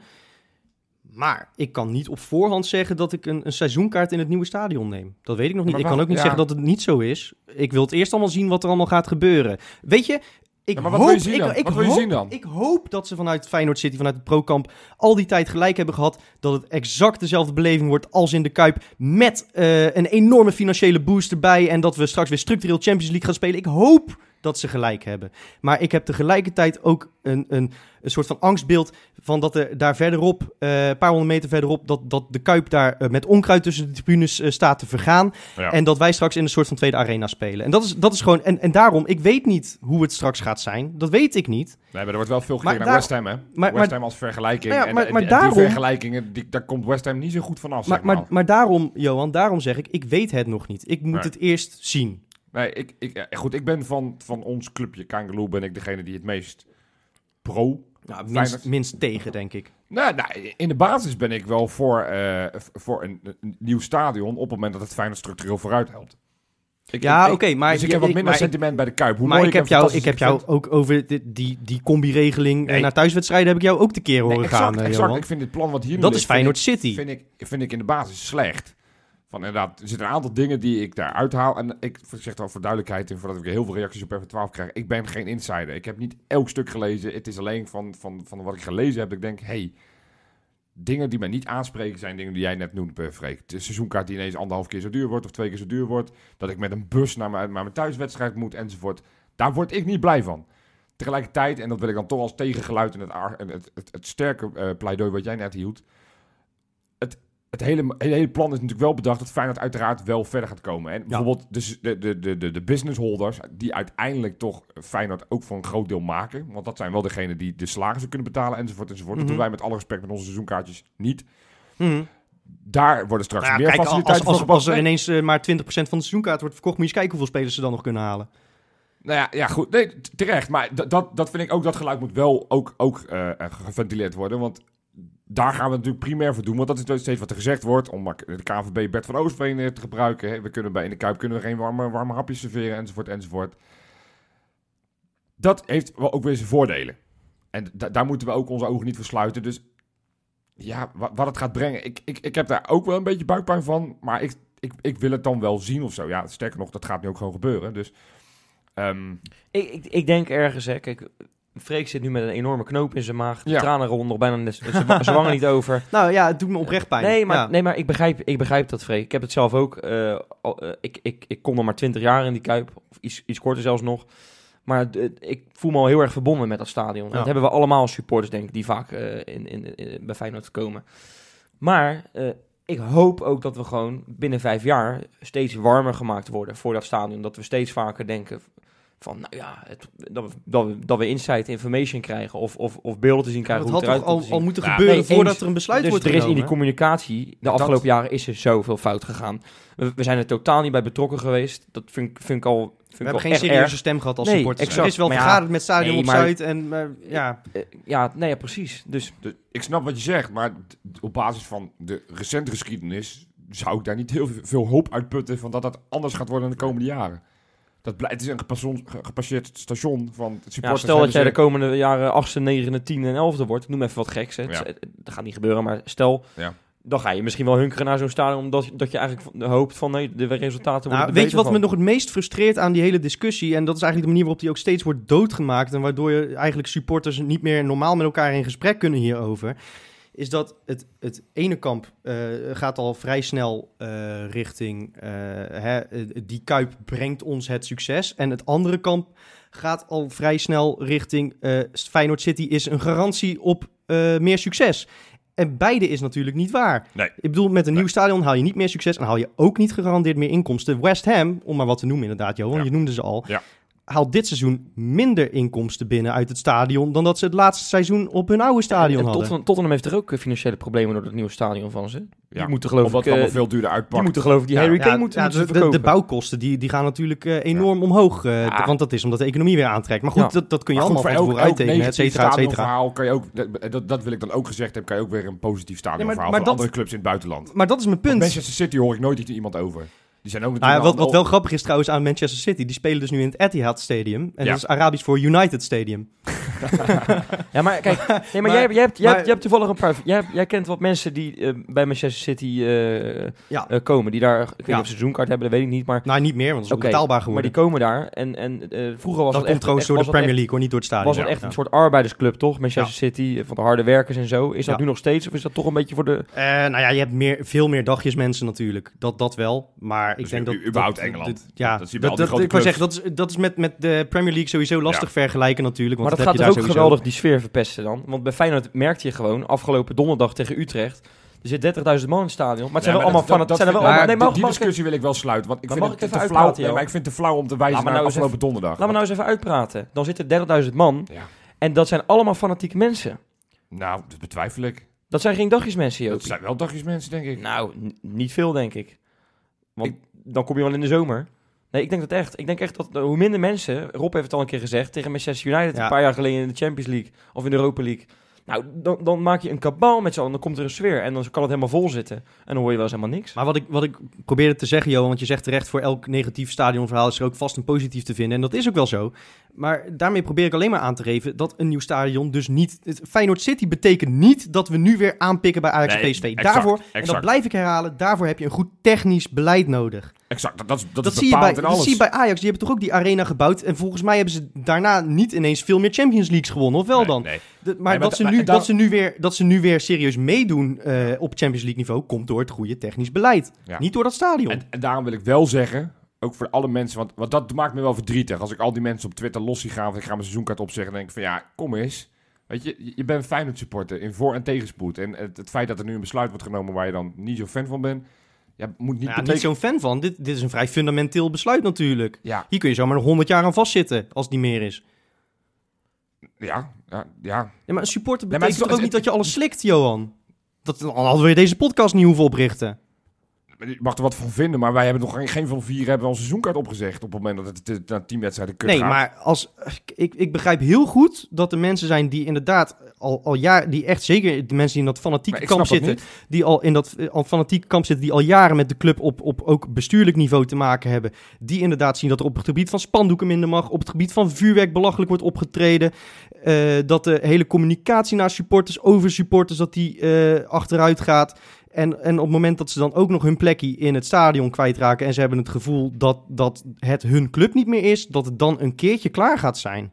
Maar ik kan niet op voorhand zeggen dat ik een, een seizoenkaart in het nieuwe stadion neem. Dat weet ik nog niet. Maar ik kan ook niet ja. zeggen dat het niet zo is. Ik wil het eerst allemaal zien wat er allemaal gaat gebeuren. Weet je... Ik, ja, hoop, ik, ik, hoop, ik hoop dat ze vanuit Feyenoord City, vanuit het ProKamp, al die tijd gelijk hebben gehad dat het exact dezelfde beleving wordt als in de Kuip, met uh, een enorme financiële boost erbij en dat we straks weer structureel Champions League gaan spelen. Ik hoop dat ze gelijk hebben. Maar ik heb tegelijkertijd ook een, een, een soort van angstbeeld van dat er daar verderop, uh, een paar honderd meter verderop, dat, dat de Kuip daar uh, met onkruid tussen de tribunes uh, staat te vergaan. Ja. En dat wij straks in een soort van tweede arena spelen. En dat is, dat is gewoon, en, en daarom, ik weet niet hoe het straks gaat zijn. Dat weet ik niet. Nee, maar er wordt wel veel gekeken naar daar, West Ham, hè? Maar, West Ham als vergelijking. Ja, maar, en, maar en, daarom, die vergelijkingen, die, daar komt West Ham niet zo goed vanaf, maar, zeg maar. maar. Maar daarom, Johan, daarom zeg ik, ik weet het nog niet. Ik moet nee. het eerst zien. Nee, ik, ik, goed, ik ben van, van ons clubje Kangaloo ben ik degene die het meest pro... Nou, minst, minst tegen, denk ik. Nou, nou, in de basis ben ik wel voor, uh, voor een, een nieuw stadion op het moment dat het Feyenoord structureel vooruit helpt. Ik, ja, oké, okay, maar... Dus ik heb wat minder sentiment ik, bij de Kuip. Hoe maar mooi ik heb jou, ik heb jou vind. ook over die, die, die combi-regeling nee. naar thuiswedstrijden heb ik jou ook te keer horen nee, exact, gaan, exact. Johan. Ik vind dit plan wat hier Dat nu is Feyenoord City. Vind ik, vind ik in de basis slecht. Van inderdaad, er zitten een aantal dingen die ik daar uithaal. En ik zeg het al voor duidelijkheid en voordat ik heel veel reacties op F twaalf krijg. Ik ben geen insider. Ik heb niet elk stuk gelezen. Het is alleen van, van, van wat ik gelezen heb dat ik denk, hey, dingen die mij niet aanspreken zijn dingen die jij net noemt, Freek. De seizoenkaart die ineens anderhalf keer zo duur wordt of twee keer zo duur wordt. Dat ik met een bus naar mijn, naar mijn thuiswedstrijd moet enzovoort. Daar word ik niet blij van. Tegelijkertijd, en dat wil ik dan toch als tegengeluid in het, het, het, het sterke uh, pleidooi wat jij net hield. Het, het, hele, het hele plan is natuurlijk wel bedacht dat Feyenoord uiteraard wel verder gaat komen. En ja. bijvoorbeeld de, de, de, de, de business holders, die uiteindelijk toch Feyenoord ook voor een groot deel maken. Want dat zijn wel degenen die de salarissen kunnen betalen enzovoort enzovoort. Mm-hmm. Dat doen wij met alle respect met onze seizoenkaartjes niet. Mm-hmm. Daar worden straks nou, meer kijk, faciliteiten als, voor als, als er ineens uh, maar twintig procent van de seizoenkaart wordt verkocht, moet je eens kijken hoeveel spelers ze dan nog kunnen halen. Nou ja, ja goed. Nee, terecht. Maar d- dat, dat vind ik ook, dat geluid moet wel ook, ook uh, geventileerd worden. Want daar gaan we natuurlijk primair voor doen. Want dat is steeds wat er gezegd wordt. Om de K N V B Bert van Oostveen te gebruiken. Hè. We kunnen bij in de Kuip kunnen we geen warme, warme hapjes serveren enzovoort enzovoort. Dat heeft wel ook weer zijn voordelen. En d- daar moeten we ook onze ogen niet voor sluiten. Dus ja, wat, wat het gaat brengen. Ik, ik, ik heb daar ook wel een beetje buikpijn van. Maar ik, ik, ik wil het dan wel zien of zo. Ja, sterker nog, dat gaat nu ook gewoon gebeuren. Dus Um, ik, ik, ik denk ergens, hè, kijk, Freek zit nu met een enorme knoop in zijn maag. De ja. tranen rollen nog bijna zijn wangen niet over. Nou ja, het doet me oprecht pijn. Nee, maar, ja. nee, maar ik, begrijp, ik begrijp dat, Freek. Ik heb het zelf ook. Uh, al, uh, ik, ik, ik kom nog maar twintig jaar in die Kuip. Of iets, iets korter zelfs nog. Maar uh, ik voel me al heel erg verbonden met dat stadion. Ja. En dat hebben we allemaal als supporters, denk ik, die vaak uh, in, in, in, bij Feyenoord komen. Maar Uh, ik hoop ook dat we gewoon binnen vijf jaar steeds warmer gemaakt worden voor dat stadion. Dat we steeds vaker denken van, nou ja, het, dat, we, dat, we, dat we insight information krijgen of, of, of beelden te zien krijgen. Dat hoe had het toch al, al moeten ja, gebeuren nee, voordat eens, er een besluit dus wordt er genomen. is in die communicatie, de dat, afgelopen jaren is er zoveel fout gegaan. We, we zijn er totaal niet bij betrokken geweest. Dat vind, vind ik al... We hebben geen serieuze erg. stem gehad als nee, supporters. Exact, er is wel vergaderd ja, met Stadion nee, op maar, Zuid en uh, ja... Uh, ja, nee, ja, precies. Dus, de, ik snap wat je zegt, maar d- op basis van de recente geschiedenis zou ik daar niet heel veel hoop uitputten van dat dat anders gaat worden in de komende jaren. Dat blijft, het is een gepason, gepasseerd station van het supporters. Ja, stel dat jij de komende jaren achtste, negende, tiende en elfde wordt. Ik noem even wat geks. Hè. Ja. Het, dat gaat niet gebeuren, maar stel... Ja. Dan ga je misschien wel hunkeren naar zo'n stadion, omdat dat je eigenlijk hoopt van nee, de resultaten worden nou, weet je wat van. me nog het meest frustreert aan die hele discussie? En dat is eigenlijk de manier waarop die ook steeds wordt doodgemaakt en waardoor je eigenlijk supporters niet meer normaal met elkaar in gesprek kunnen hierover. Is dat het, het ene kamp uh, gaat al vrij snel uh, richting uh, hè, die Kuip brengt ons het succes. En het andere kamp gaat al vrij snel richting uh, Feyenoord City is een garantie op uh, meer succes. En beide is natuurlijk niet waar. Nee. Ik bedoel, met een nee. nieuw stadion haal je niet meer succes en haal je ook niet gegarandeerd meer inkomsten. West Ham, om maar wat te noemen inderdaad, Johan, ja. je noemde ze al, ja. haalt dit seizoen minder inkomsten binnen uit het stadion dan dat ze het laatste seizoen op hun oude stadion en, en hadden. Tot, Tottenham heeft er ook financiële problemen door het nieuwe stadion van ze. Die ja. moeten geloof Omdat ik... allemaal veel duurder uitpakken. Die moeten geloof ik die ja. Harry Kane ja, moeten, ja, moeten de, verkopen. De, de bouwkosten die, die gaan natuurlijk uh, enorm ja. omhoog. Uh, ja. Want dat is omdat de economie weer aantrekt. Maar goed, ja. dat, dat kun je maar allemaal goed, van tevoren uittekenen, et cetera, et cetera. Kan je ook, dat, dat wil ik dan ook gezegd hebben, kan je ook weer een positief stadionverhaal nee, voor andere clubs in het buitenland. Maar dat is mijn punt. Op Manchester City hoor ik nooit iemand over. Die zijn ook ah, ja, wat, wat wel grappig is trouwens aan Manchester City, die spelen dus nu in het Etihad Stadium. En ja. dat is Arabisch voor United Stadium. Ja, maar kijk, nee, maar, maar jij, jij, hebt, jij, maar, hebt, jij hebt toevallig een paar... Jij, jij kent wat mensen die uh, bij Manchester City uh, ja. uh, komen, die daar, ik weet ja. niet of ze een seizoenkaart hebben, dat weet ik niet, maar... Nou, niet meer, want het is okay, onbetaalbaar geworden. Maar die komen daar en, en uh, vroeger was dat het komt trouwens door de Premier League, hoor, niet door het stadion. Was het echt ja. een soort arbeidersclub, toch? Manchester ja. City, van de harde werkers en zo. Is dat ja. nu nog steeds, of is dat toch een beetje voor de... Uh, nou ja, je hebt meer, veel meer dagjes mensen natuurlijk. Dat, dat wel, maar dus ik denk u, dat... Engeland. De, ja, dat, dat, dat, ik wou zeggen, dat is, dat is met, met de Premier League sowieso lastig ja. vergelijken natuurlijk. Want maar dat, dat gaat heb er je ook daar geweldig die sfeer verpesten dan. Want bij Feyenoord merkte je gewoon, afgelopen donderdag tegen Utrecht, er zit dertigduizend man in het stadion. Maar het zijn ja, wel allemaal van het... Zijn er wel allemaal, nee, die, die discussie wil ik wel sluiten. Want ik vind het te flauw. Nee, maar ik vind het te flauw om te wijzen naar nou afgelopen even, donderdag. Laat me nou eens even uitpraten. Dan zitten dertigduizend man. Ja. En dat zijn allemaal fanatieke mensen. Nou, dat betwijfel ik. Dat zijn geen dagjesmensen, Jopie. Dat zijn wel dagjesmensen, denk ik. Nou, n- niet veel, denk ik. Want ik, dan kom je wel in de zomer. Nee, ik denk dat echt. Ik denk echt dat hoe minder mensen... Rob heeft het al een keer gezegd tegen Manchester United ja. een paar jaar geleden in de Champions League of in de Europa League. Nou, dan, dan maak je een kabaal met z'n allen, dan komt er een sfeer en dan kan het helemaal vol zitten. En dan hoor je wel eens helemaal niks. Maar wat ik, wat ik probeerde te zeggen, Johan, want je zegt terecht, voor elk negatief stadionverhaal is er ook vast een positief te vinden. En dat is ook wel zo. Maar daarmee probeer ik alleen maar aan te geven dat een nieuw stadion dus niet... Het Feyenoord City betekent niet dat we nu weer aanpikken bij Ajax nee, en P S V. Exact, daarvoor, exact. en dat blijf ik herhalen, daarvoor heb je een goed technisch beleid nodig. Exact, dat, dat, is, dat, dat is zie je bij, in alles. Dat zie je bij Ajax, die hebben toch ook die arena gebouwd. En volgens mij hebben ze daarna niet ineens veel meer Champions Leagues gewonnen, of wel nee, dan? Nee. De, maar, nee, maar dat, ze da, nu, da, dat, ze nu weer, dat ze nu weer serieus meedoen uh, op Champions League niveau, komt door het goede technisch beleid. Ja. Niet door dat stadion. En, en daarom wil ik wel zeggen, ook voor alle mensen, want, want dat maakt me wel verdrietig. Als ik al die mensen op Twitter los zie gaan, of ik ga mijn seizoenkaart opzeggen en denk van ja, kom eens. Weet je, je bent een Feyenoord supporter in voor- en tegenspoed. En het, het feit dat er nu een besluit wordt genomen waar je dan niet zo fan van bent, ja, moet niet ja, betekenen... niet zo'n fan van. Dit, dit is een vrij fundamenteel besluit natuurlijk. Ja. Hier kun je zomaar nog honderd jaar aan vastzitten, als het niet meer is. Ja, ja, ja. Ja, maar een supporter Nee, betekent maar toch het, ook niet dat je alles slikt, Johan? Dat, dan hadden we deze podcast niet hoeven oprichten. Je mag er wat van vinden, maar wij hebben nog geen, geen van vier hebben ons seizoenkaart opgezegd op het moment dat het na tien wedstrijden kut nee, gaat. Nee, maar als, ik, ik begrijp heel goed dat er mensen zijn die inderdaad al, al jaar, die echt zeker de mensen die in dat fanatieke nee, kamp zitten, die al in dat al fanatieke kamp zitten, die al jaren met de club op, op ook bestuurlijk niveau te maken hebben, die inderdaad zien dat er op het gebied van spandoeken minder mag, op het gebied van vuurwerk belachelijk wordt opgetreden, uh, dat de hele communicatie naar supporters, over supporters, dat die uh, achteruit gaat. En, en op het moment dat ze dan ook nog hun plekje in het stadion kwijtraken en ze hebben het gevoel dat, dat het hun club niet meer is, dat het dan een keertje klaar gaat zijn.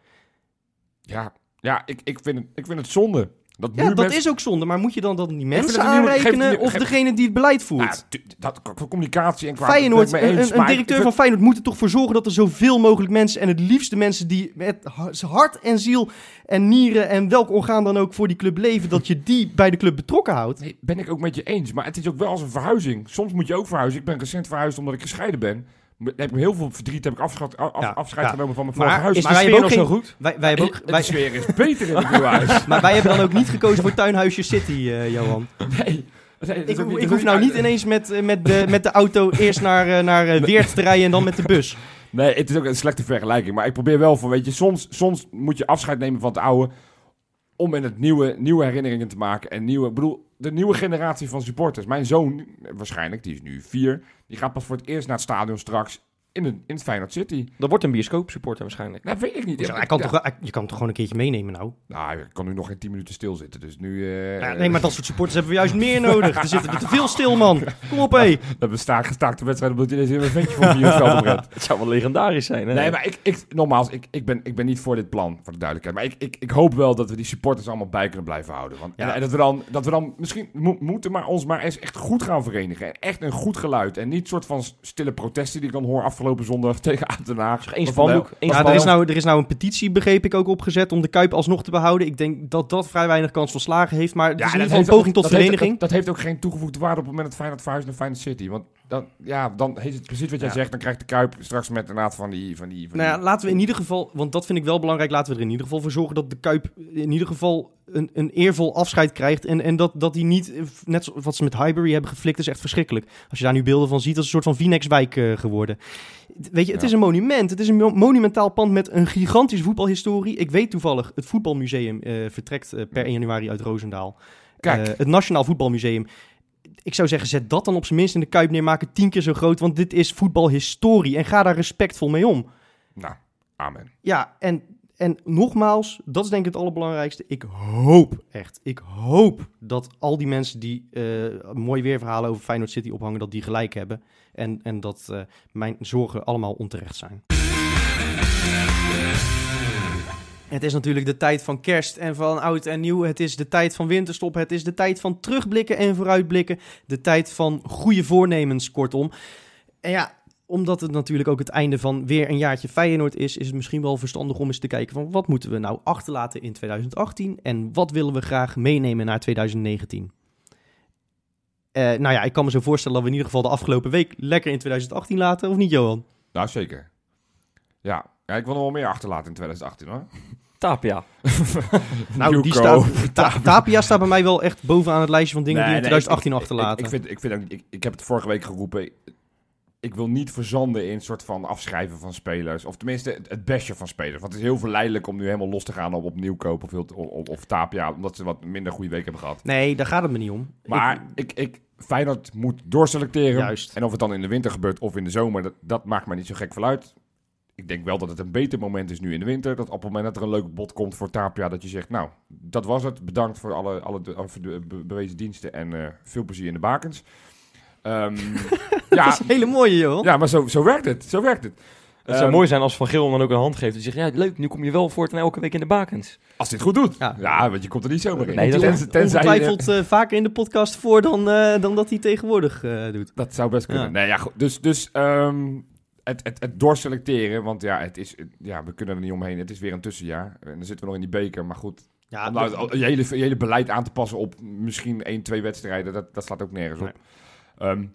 Ja, ja ik, ik, vind het, ik vind het zonde. Dat ja, dat mensen... is ook zonde, maar moet je dan, dan die mensen aanrekenen of geef... degene die het beleid voert? Nou, t- dat, qua communicatie en qua... Feyenoord, een, eens, een, een directeur vind... van Feyenoord moet er toch voor zorgen dat er zoveel mogelijk mensen, en het liefste mensen die met hart en ziel en nieren en welk orgaan dan ook voor die club leven, dat je die bij de club betrokken houdt. Nee, ben ik ook met je eens, maar het is ook wel als een verhuizing. Soms moet je ook verhuizen. Ik ben recent verhuisd omdat ik gescheiden ben. Heb ik heel veel verdriet, heb ik afscheid, af, ja, afscheid ja. genomen van mijn vorige huis. Is de sfeer nog zo goed? Wij, wij hebben ook, de wij... sfeer is beter in het nieuwe huis. Maar wij hebben dan ook niet gekozen voor Tuinhuisje City, uh, Johan. Nee. nee ik niet, ik hoef nou niet ineens met, met, de, met de auto eerst naar, naar uh, Weert te rijden en dan met de bus. Nee, het is ook een slechte vergelijking. Maar ik probeer wel van, weet je, soms, soms moet je afscheid nemen van het oude om in het nieuwe, nieuwe herinneringen te maken. En nieuwe, ik bedoel, de nieuwe generatie van supporters. Mijn zoon, waarschijnlijk, die is nu vier, die gaat pas voor het eerst naar het stadion straks. In, een, in het Feyenoord City. Dat wordt een bioscoop-supporter waarschijnlijk. Dat weet ik niet. Ja, hij kan ja. toch, hij, je kan hem toch gewoon een keertje meenemen nou? Nou, ik kan nu nog geen tien minuten stilzitten. Dus nu... Uh, ja, nee, maar dat soort supporters hebben we juist meer nodig. Er zitten er te veel stil, man. Kom op, hé. Hey. We hebben sta- gestaakte wedstrijd omdat hij deze een ventje van vier veld oprent. Het zou wel legendarisch zijn, hè? Nee, maar ik, ik, nogmaals, ik, ik, ben, ik ben niet voor dit plan, voor de duidelijkheid. Maar ik, ik, ik hoop wel dat we die supporters allemaal bij kunnen blijven houden. Want, ja. en, en dat we dan, dat we dan misschien mo- moeten maar ons maar eens echt goed gaan verenigen. En echt een goed geluid. En niet soort van stille protesten die ik dan hoor afgelopen zondag tegen Den Haag. Eén spandoek. Ja, er is, nou, er is nou een petitie, begreep ik, ook opgezet om de Kuip alsnog te behouden. Ik denk dat dat vrij weinig kans van slagen heeft. Maar het ja, is in ieder geval een poging tot dat vereniging. Heeft, dat, dat heeft ook geen toegevoegde waarde op het moment dat Feyenoord verhuist naar Feyenoord City. Want dan, ja, dan heeft het precies wat jij ja. zegt. Dan krijgt de Kuip straks met inderdaad van die... Van die, van nou ja, die... laten we in ieder geval, want dat vind ik wel belangrijk, laten we er in ieder geval voor zorgen dat de Kuip in ieder geval een, een eervol afscheid krijgt. En, en dat, dat die niet, net zoals wat ze met Highbury hebben geflikt, is echt verschrikkelijk. Als je daar nu beelden van ziet, dat is een soort van Vinex-wijk uh, geworden. Weet je, het ja. is een monument. Het is een mo- monumentaal pand met een gigantische voetbalhistorie. Ik weet toevallig, het voetbalmuseum uh, vertrekt uh, per één januari uit Roosendaal. Kijk. Uh, het Nationaal Voetbalmuseum. Ik zou zeggen, zet dat dan op zijn minst in de Kuip neer, maak het tien keer zo groot, want dit is voetbalhistorie. En ga daar respectvol mee om. Nou, amen. Ja, en, en nogmaals, dat is denk ik het allerbelangrijkste. Ik hoop echt, ik hoop dat al die mensen die uh, mooi weerverhalen over Feyenoord City ophangen, dat die gelijk hebben. En, en dat uh, mijn zorgen allemaal onterecht zijn. Het is natuurlijk de tijd van kerst en van oud en nieuw. Het is de tijd van winterstop. Het is de tijd van terugblikken en vooruitblikken. De tijd van goede voornemens, kortom. En ja, omdat het natuurlijk ook het einde van weer een jaartje Feyenoord is, is het misschien wel verstandig om eens te kijken van wat moeten we nou achterlaten in twintig achttien en wat willen we graag meenemen naar twintig negentien. Uh, nou ja, ik kan me zo voorstellen dat we in ieder geval de afgelopen week lekker in twintig achttien laten, of niet, Johan? Nou, zeker. Ja, ja ik wil nog wel meer achterlaten in twintig achttien, hoor. Tapia. nou, die staat, ta- Tapia staat bij mij wel echt bovenaan het lijstje van dingen nee, die in twintig achttien nee, achterlaten. Ik, ik, vind, ik, vind ook, ik, ik heb het vorige week geroepen. ik wil niet verzanden in een soort van afschrijven van spelers. Of tenminste het, het bestje van spelers. Want het is heel verleidelijk om nu helemaal los te gaan op, op nieuwkoop of, of, of, of Tapia. Omdat ze wat minder goede week hebben gehad. Nee, daar gaat het me niet om. Maar ik, ik, ik Feyenoord moet doorselecteren. Juist. En of het dan in de winter gebeurt of in de zomer, dat, dat maakt mij niet zo gek veel uit. Ik denk wel dat het een beter moment is nu in de winter. Dat op het moment dat er een leuk bod komt voor Tapia, dat je zegt, nou, dat was het. Bedankt voor alle, alle de, de, be, bewezen diensten en uh, veel plezier in de bakens. Um, ja, dat is een hele mooie, joh. Ja, maar zo, zo werkt het. Zo werkt het. Het zou um, mooi zijn als Van Geel dan ook een hand geeft. En zegt, ja, leuk, nu kom je wel voort en elke week in de bakens. Als dit goed doet. Ja, ja want je komt er niet zomaar in. Nee, dat is ongetwijfeld uh, vaker in de podcast voor dan, uh, dan dat hij tegenwoordig uh, doet. Dat zou best kunnen. Ja. Nee, ja, goed. Dus, dus um, het, het, het doorselecteren, want ja, het is, het, ja, we kunnen er niet omheen. Het is weer een tussenjaar. En dan zitten we nog in die beker, maar goed. Ja, om nou, dat... je, hele, je hele beleid aan te passen op misschien één, twee wedstrijden, dat, dat slaat ook nergens op. Nee. Um,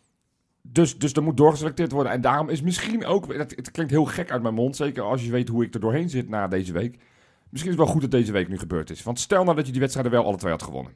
Dus, dus er moet doorgeselecteerd worden. En daarom is misschien ook... Het, het klinkt heel gek uit mijn mond. Zeker als je weet hoe ik er doorheen zit na deze week. Misschien is het wel goed dat deze week nu gebeurd is. Want stel nou dat je die wedstrijden wel alle twee had gewonnen.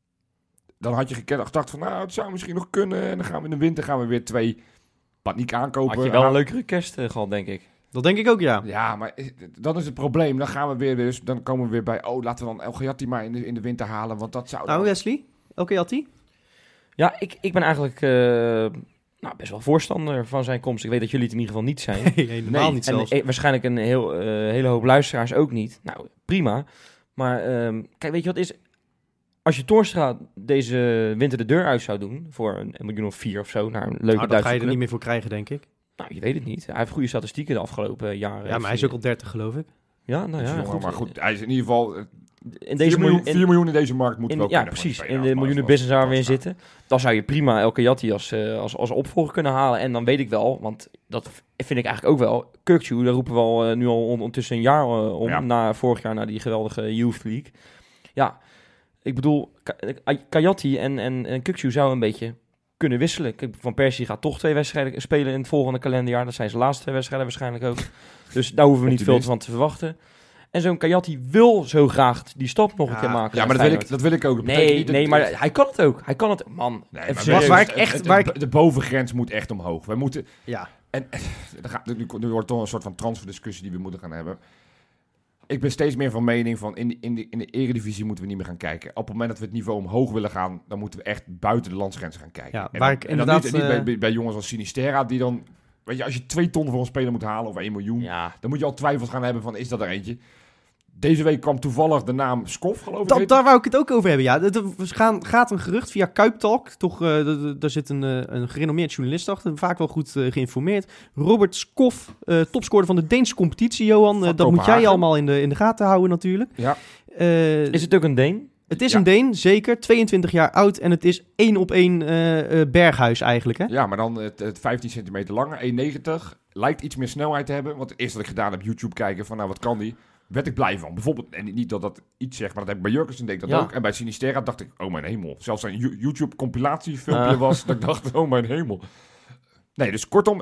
Dan had je gekend, gedacht van... Nou, het zou misschien nog kunnen. En dan gaan we in de winter gaan we weer twee paniek aankopen. Had je wel een leukere kerst uh, gehad, denk ik. Dat denk ik ook, ja. Ja, maar dan is het probleem. Dan gaan we weer... Dus, dan komen we weer bij... Oh, laten we dan El Gayati maar in de, in de winter halen. Want dat zou... Nou, dan... Wesley? El Gayati? Ja, ik, ik ben eigenlijk... Uh... Nou, best wel voorstander van zijn komst. Ik weet dat jullie het in ieder geval niet zijn. Nee, helemaal nee. niet en zelfs. E- waarschijnlijk een heel, uh, hele hoop luisteraars ook niet. Nou, prima. Maar um, kijk, weet je wat is... Als je Toornstra deze winter de deur uit zou doen... voor een, een miljoen of vier of zo... naar een leuke nou, Duitse dat ga je er club. niet meer voor krijgen, denk ik. Nou, je weet het niet. Hij heeft goede statistieken de afgelopen jaren. Ja, maar hij is ook al dertig, geloof ik. Ja, nou ja. Jongen, goed. Maar goed, hij is in ieder geval... In deze vier miljoen in deze markt moet wel Ja, precies. In de miljoenen business waar we in zitten. Dan zou je prima El Gayati als, uh, als, als opvolger kunnen halen. En dan weet ik wel, want dat vind ik eigenlijk ook wel. Kökçü, daar roepen we al uh, nu al ondertussen een jaar uh, om. Ja. Na vorig jaar, naar die geweldige Youth League. Ja, ik bedoel, Gayati en, en, en Kökçü zouden een beetje kunnen wisselen. Van Persie gaat toch twee wedstrijden spelen in het volgende kalenderjaar. Dat zijn zijn laatste twee wedstrijden waarschijnlijk ook. Dus daar hoeven we niet veel van te verwachten. En zo'n Gayati wil zo graag die stap nog ja, een keer maken. Ja, maar dat wil, ik, dat wil ik ook. Dat nee, niet, nee, maar hij kan het ook. Hij kan het, man. Nee, maar waar, waar ik echt, waar ik... De bovengrens moet echt omhoog. Wij moeten... Ja. En, en gaat, nu, nu wordt toch een soort van transferdiscussie die we moeten gaan hebben. Ik ben steeds meer van mening van in de, in, de, in de eredivisie moeten we niet meer gaan kijken. Op het moment dat we het niveau omhoog willen gaan, dan moeten we echt buiten de landsgrenzen gaan kijken. Ja, en waar dan, ik inderdaad... En dan niet, uh... niet bij, bij jongens als Sinisterra die dan... Weet je, als je twee ton voor een speler moet halen of één miljoen, ja. dan moet je al twijfels gaan hebben van, is dat er eentje? Deze week kwam toevallig de naam Skof, geloof ik. Da, daar wou ik het ook over hebben, ja. Er gaan, gaat een gerucht via Kuiptalk. Toch, uh, daar zit een, uh, een gerenommeerd journalist achter. Vaak wel goed uh, geïnformeerd. Robert Skof, uh, topscorer van de Deense competitie, Johan. Uh, dat moet jij allemaal in de, in de gaten houden natuurlijk. Ja. Uh, is het ook een Deen? Het is ja. een Deen, zeker. tweeëntwintig jaar oud. En het is één op één uh, uh, Berghuis eigenlijk, hè? Ja, maar dan het, het vijftien centimeter langer, één negentig. Lijkt iets meer snelheid te hebben. Want het eerste dat ik gedaan heb, YouTube kijken van, nou, wat kan die? Werd ik blij van. Bijvoorbeeld, en niet dat dat iets zegt, maar dat heb ik bij Jurgensen denk ik dat ja. ook. En bij Sinisterra dacht ik, oh mijn hemel. Zelfs een YouTube-compilatiefilmpje uh. was, dat ik dacht, oh mijn hemel. Nee, dus kortom,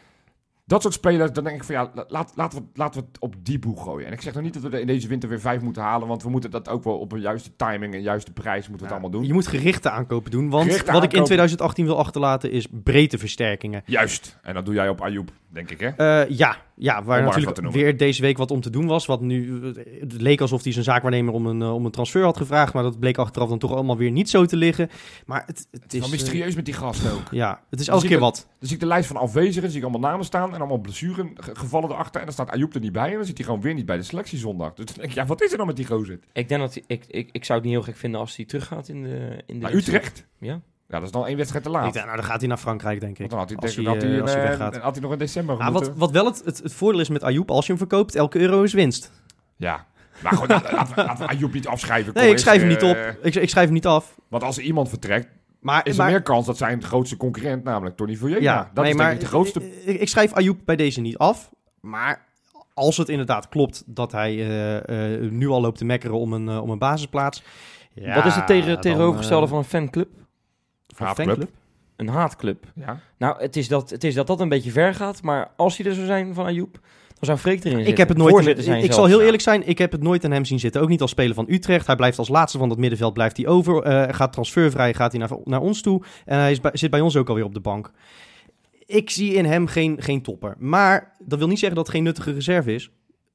dat soort spelers, dan denk ik van ja, laat, laten, we, laten we het op die boeg gooien. En ik zeg nog niet dat we er in deze winter weer vijf moeten halen, want we moeten dat ook wel op een juiste timing en juiste prijs moeten we ja, het allemaal doen. Je moet gerichte aankopen doen, want gerichte wat aankopen. ik in twintig achttien wil achterlaten is breedteversterkingen. Juist, en dat doe jij op Ayoub, denk ik hè? Uh, ja, ja, waar natuurlijk weer deze week wat om te doen was. Wat nu, het leek alsof hij zijn zaakwaarnemer om een, uh, om een transfer had gevraagd, maar dat bleek achteraf dan toch allemaal weer niet zo te liggen. Maar het, het, het is wel mysterieus uh, met die gasten ook. Ja, het is elke keer wat. Dan zie ik de lijst van afwezigen, zie ik allemaal namen staan en allemaal blessuren gevallen erachter. En dan staat Ayoub er niet bij en dan zit hij gewoon weer niet bij de selectie zondag. Dus dan denk ik, ja, wat is er dan met die gozer? Ik denk dat hij, ik, ik, ik zou het niet heel gek vinden als hij teruggaat in de in de naar Utrecht? Ja. Ja, dat is dan één wedstrijd te laat. Ja, nou, dan gaat hij naar Frankrijk, denk ik. Dan had hij, als denk, hij, had hij, uh, als hij uh, weggaat. had hij nog in december ah, wat, wat wel het, het, het voordeel is met Ayoub, als je hem verkoopt, elke euro is winst. Ja, maar goed, laten, laten, we, laten we Ayoub niet afschrijven. Nee, ik schrijf hem niet op. Ik, ik schrijf hem niet af. Want als er iemand vertrekt, maar, is er maar, meer kans dat zijn grootste concurrent, namelijk Tony Vujena. Ja, dat nee, is maar, denk ik de grootste... Ik, ik schrijf Ayoub bij deze niet af, maar als het inderdaad klopt dat hij uh, uh, nu al loopt te mekkeren om een, uh, om een basisplaats... Ja, wat is het tegen, tegenovergestelde uh, van een fanclub? Van een fanclub? Een haatclub. Ja. Nou, het is, dat, het is dat dat een beetje ver gaat, maar als hij er zou zijn van Ayoub, dan zou Freek erin zitten. Ik heb het nooit. Ik, zijn ik zelfs, zal heel ja. eerlijk zijn, ik heb het nooit aan hem zien zitten. Ook niet als speler van Utrecht. Hij blijft als laatste van dat middenveld blijft hij over. Uh, gaat transfervrij, gaat hij naar, naar ons toe. En hij is bij, zit bij ons ook alweer op de bank. ik zie in hem geen, geen topper. Maar dat wil niet zeggen dat het geen nuttige reserve is.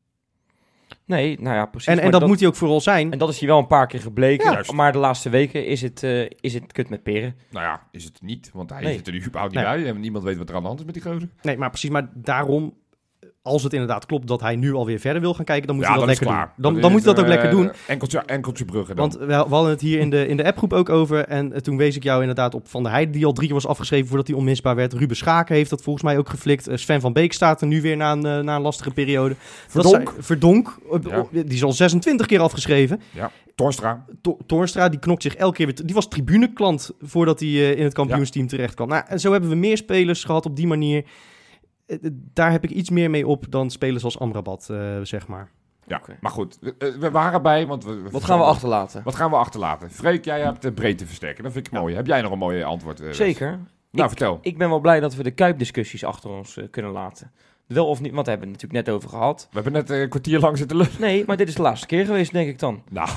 Nee, nou ja, precies. En, en dat, dat moet hij ook vooral zijn. En dat is hier wel een paar keer gebleken. Ja. Maar de laatste weken is het, uh, is het kut met peren. Nou ja, is het niet. Want hij nee. zit er nu überhaupt niet nee. bij. En niemand weet wat er aan de hand is met die gozer. Nee, maar precies. Maar daarom, als het inderdaad klopt dat hij nu alweer verder wil gaan kijken, dan moet ja, hij dat, dat lekker klaar. doen. Dan, dat dan moet hij dat uh, ook lekker doen. Enkeltje, enkeltje bruggen dan. Want we, we hadden het hier in de, in de appgroep ook over. En uh, toen wees ik jou inderdaad op Van der Heijden, die al drie keer was afgeschreven voordat hij onmisbaar werd. Ruben Schaken heeft dat volgens mij ook geflikt. Uh, Sven van Beek staat er nu weer na een, uh, na een lastige periode. Verdonk. Dat zei, Verdonk, uh, ja. die is al zesentwintig keer afgeschreven. Ja. Toornstra. To- Toornstra, die knokt zich elke keer weer... T- die was tribuneklant voordat hij uh, in het kampioensteam ja. terecht kwam. Nou, en zo hebben we meer spelers gehad op die manier. Uh, daar heb ik iets meer mee op dan spelers als Amrabat, uh, zeg maar. Ja, okay. Maar goed. We, we waren bij, want... We, we wat gaan we achterlaten? Wat gaan we achterlaten? Freek, jij hebt de breedte versterken. Dat vind ik ja. mooi. Heb jij nog een mooie antwoord? Uh, Zeker. Nou, ik, vertel. Ik ben wel blij dat we de Kuipdiscussies achter ons uh, kunnen laten. Wel of niet, want daar hebben we het natuurlijk net over gehad. We hebben net uh, een kwartier lang zitten lullen. Nee, maar dit is de laatste keer geweest, denk ik dan. Nou.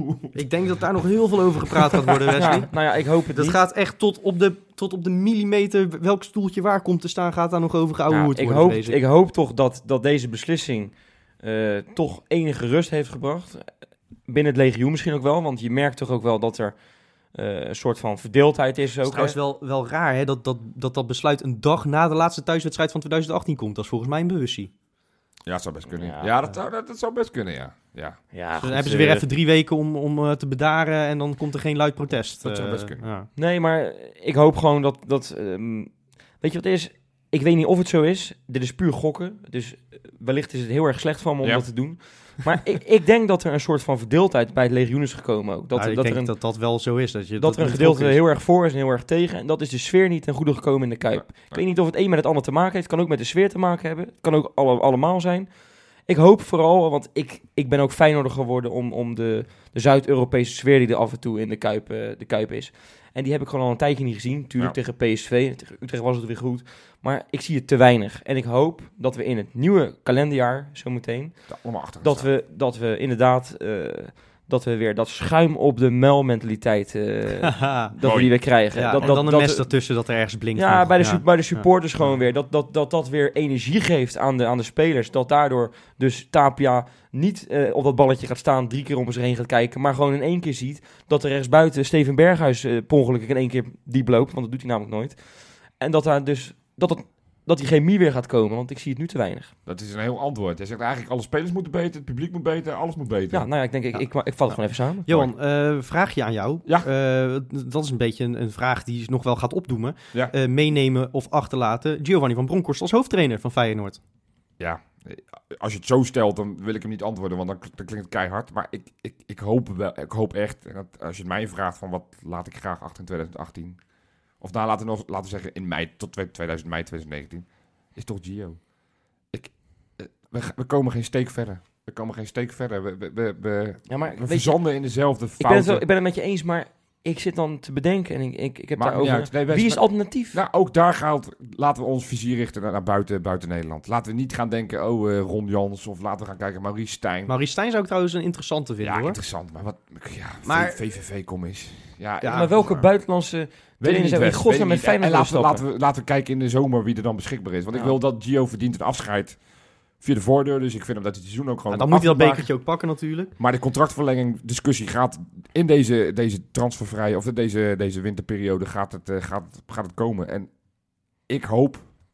Ik denk dat daar nog heel veel over gepraat gaat worden, Wesley. Ja, nou ja, ik hoop het Dat niet. gaat echt tot op de, tot op de millimeter, welk stoeltje waar komt te staan, gaat daar nog over geouwehoerd ja, ik worden. hoop, ik hoop toch dat, dat deze beslissing uh, toch enige rust heeft gebracht. Binnen het legioen misschien ook wel, want je merkt toch ook wel dat er... Uh, een soort van verdeeldheid is ook. Het is wel, wel raar hè, dat, dat, dat dat besluit een dag na de laatste thuiswedstrijd van twintig achttien komt. Dat is volgens mij een bewustzijn. Ja, dat zou best kunnen. Ja, ja dat, zou, dat, dat zou best kunnen, ja. ja. ja dus dan hebben ze weer even drie weken om, om uh, te bedaren en dan komt er geen luid protest. Dat zou uh, best kunnen. Ja. Nee, maar ik hoop gewoon dat... dat um, weet je wat het is? Ik weet niet of het zo is. Dit is puur gokken. Dus wellicht is het heel erg slecht van me om ja. dat te doen. Maar ik, ik denk dat er een soort van verdeeldheid bij het legioen is gekomen ook. Dat, ja, ik dat denk er een, dat dat wel zo is. Dat, je, dat, dat er een gedeelte heel erg voor is en heel erg tegen. En dat is de sfeer niet ten goede gekomen in de Kuip. Ja, ja. Ik weet niet of het een met het ander te maken heeft. Het kan ook met de sfeer te maken hebben. Het kan ook alle, allemaal zijn. Ik hoop vooral, want ik, ik ben ook Feyenoorder geworden om, om de, de Zuid-Europese sfeer die er af en toe in de Kuip, uh, de Kuip is. En die heb ik gewoon al een tijdje niet gezien. Tuurlijk ja. tegen P S V, tegen Utrecht was het weer goed. Maar ik zie het te weinig. En ik hoop dat we in het nieuwe kalenderjaar, zometeen, dat we, dat we inderdaad... Uh, dat we weer dat schuim op de mel mentaliteit uh, dat we die weer krijgen. Ja, dat, en dat, dan een dat, mes ertussen dat er ergens blinkt. Ja, nog. bij de, ja. bij de supporters ja. gewoon weer. Dat dat, dat dat weer energie geeft aan de, aan de spelers. Dat daardoor dus Tapia niet uh, op dat balletje gaat staan, drie keer om zich heen gaat kijken, maar gewoon in één keer ziet dat er rechtsbuiten Steven Berghuis uh, per ongeluk in één keer diep loopt, want dat doet hij namelijk nooit. En dat daar dus dat het dat die chemie weer gaat komen, want ik zie het nu te weinig. Dat is een heel antwoord. Hij zegt eigenlijk alle spelers moeten beter, het publiek moet beter, alles moet beter. Ja, nou ja, ik denk, ik, ja. ik, ik, ik val het ja. gewoon even samen. Johan, uh, vraagje aan jou. Ja. Uh, dat is een beetje een, een vraag die nog wel gaat opdoemen. Ja. Uh, meenemen of achterlaten Giovanni van Bronckhorst als hoofdtrainer van Feyenoord. Ja, als je het zo stelt, dan wil ik hem niet antwoorden, want dan, dan klinkt het keihard. Maar ik, ik, ik, hoop, wel, ik hoop echt, en dat, als je het mij vraagt van wat laat ik graag achter in twintig achttien... Of nou, laten we, nog, laten we zeggen in mei, tot tweeduizend mei twintig negentien... is toch Gio. Ik, we, we komen geen steek verder. We komen geen steek verder. We, we, we, we, ja, maar, we verzanden je, in dezelfde fouten. Ik ben, het wel, ik ben het met je eens, maar ik zit dan te bedenken en ik, ik, ik heb Maakt daarover... Nee, wie is het alternatief? Nou, ook daar gaat, laten we ons vizier richten naar, naar buiten, buiten Nederland. Laten we niet gaan denken, oh, uh, Ron Jans, of laten we gaan kijken, Maurice Stijn. Maurice Stijn zou ik trouwens een interessante vinden, ja, hoor. interessant, maar wat... Ja, maar, V V V kom eens. Ja, ja, maar welke maar, buitenlandse... Weet ik niet, zijn we in godsnaam met Feyenoord laten we, laten, we, laten we kijken in de zomer wie er dan beschikbaar is. Want ja. ik wil dat Gio verdient een afscheid via de voordeur. Dus ik vind hem dat het seizoen ook gewoon... Ja, dan moet hij dat bekertje ook pakken natuurlijk. Maar de contractverlenging discussie gaat in deze, deze transfervrije... of deze, deze winterperiode gaat het, uh, gaat, gaat het komen. En ik hoop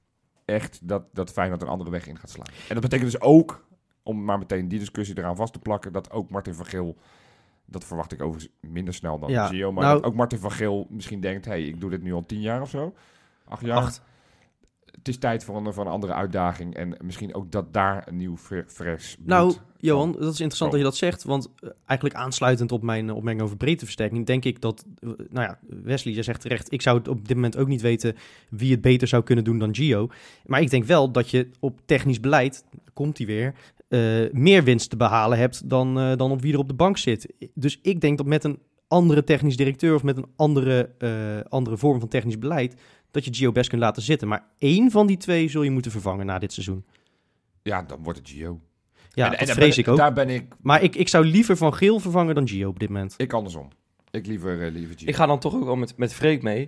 echt dat, dat Feyenoord een andere weg in gaat slaan. En dat betekent dus ook, om maar meteen die discussie eraan vast te plakken... dat ook Martin van Geel... Dat verwacht ik overigens minder snel dan ja, Gio. Maar nou, dat ook Martin van Geel misschien denkt... hey, ik doe dit nu al tien jaar of zo. Acht jaar. Acht. Het is tijd voor een, voor een andere uitdaging. En misschien ook dat daar een nieuw fres bloed... Nou, Johan, dat is interessant oh. dat je dat zegt. Want uh, eigenlijk aansluitend op mijn opmerking over breedteversterking... denk ik dat... Uh, nou ja, Wesley, je zegt terecht... ik zou het op dit moment ook niet weten... wie het beter zou kunnen doen dan Gio. Maar ik denk wel dat je op technisch beleid... komt hij weer... Uh, meer winst te behalen hebt dan, uh, dan op wie er op de bank zit. Dus ik denk dat met een andere technisch directeur... of met een andere, uh, andere vorm van technisch beleid... dat je Gio best kunt laten zitten. Maar één van die twee zul je moeten vervangen na dit seizoen. Ja, dan wordt het Gio. Ja, en, dat en vrees ben, ik ook. Daar ben ik... Maar ik, ik zou liever Van Geel vervangen dan Gio op dit moment. Ik andersom. Ik liever, uh, liever Gio. Ik ga dan toch ook wel met, met Freek mee...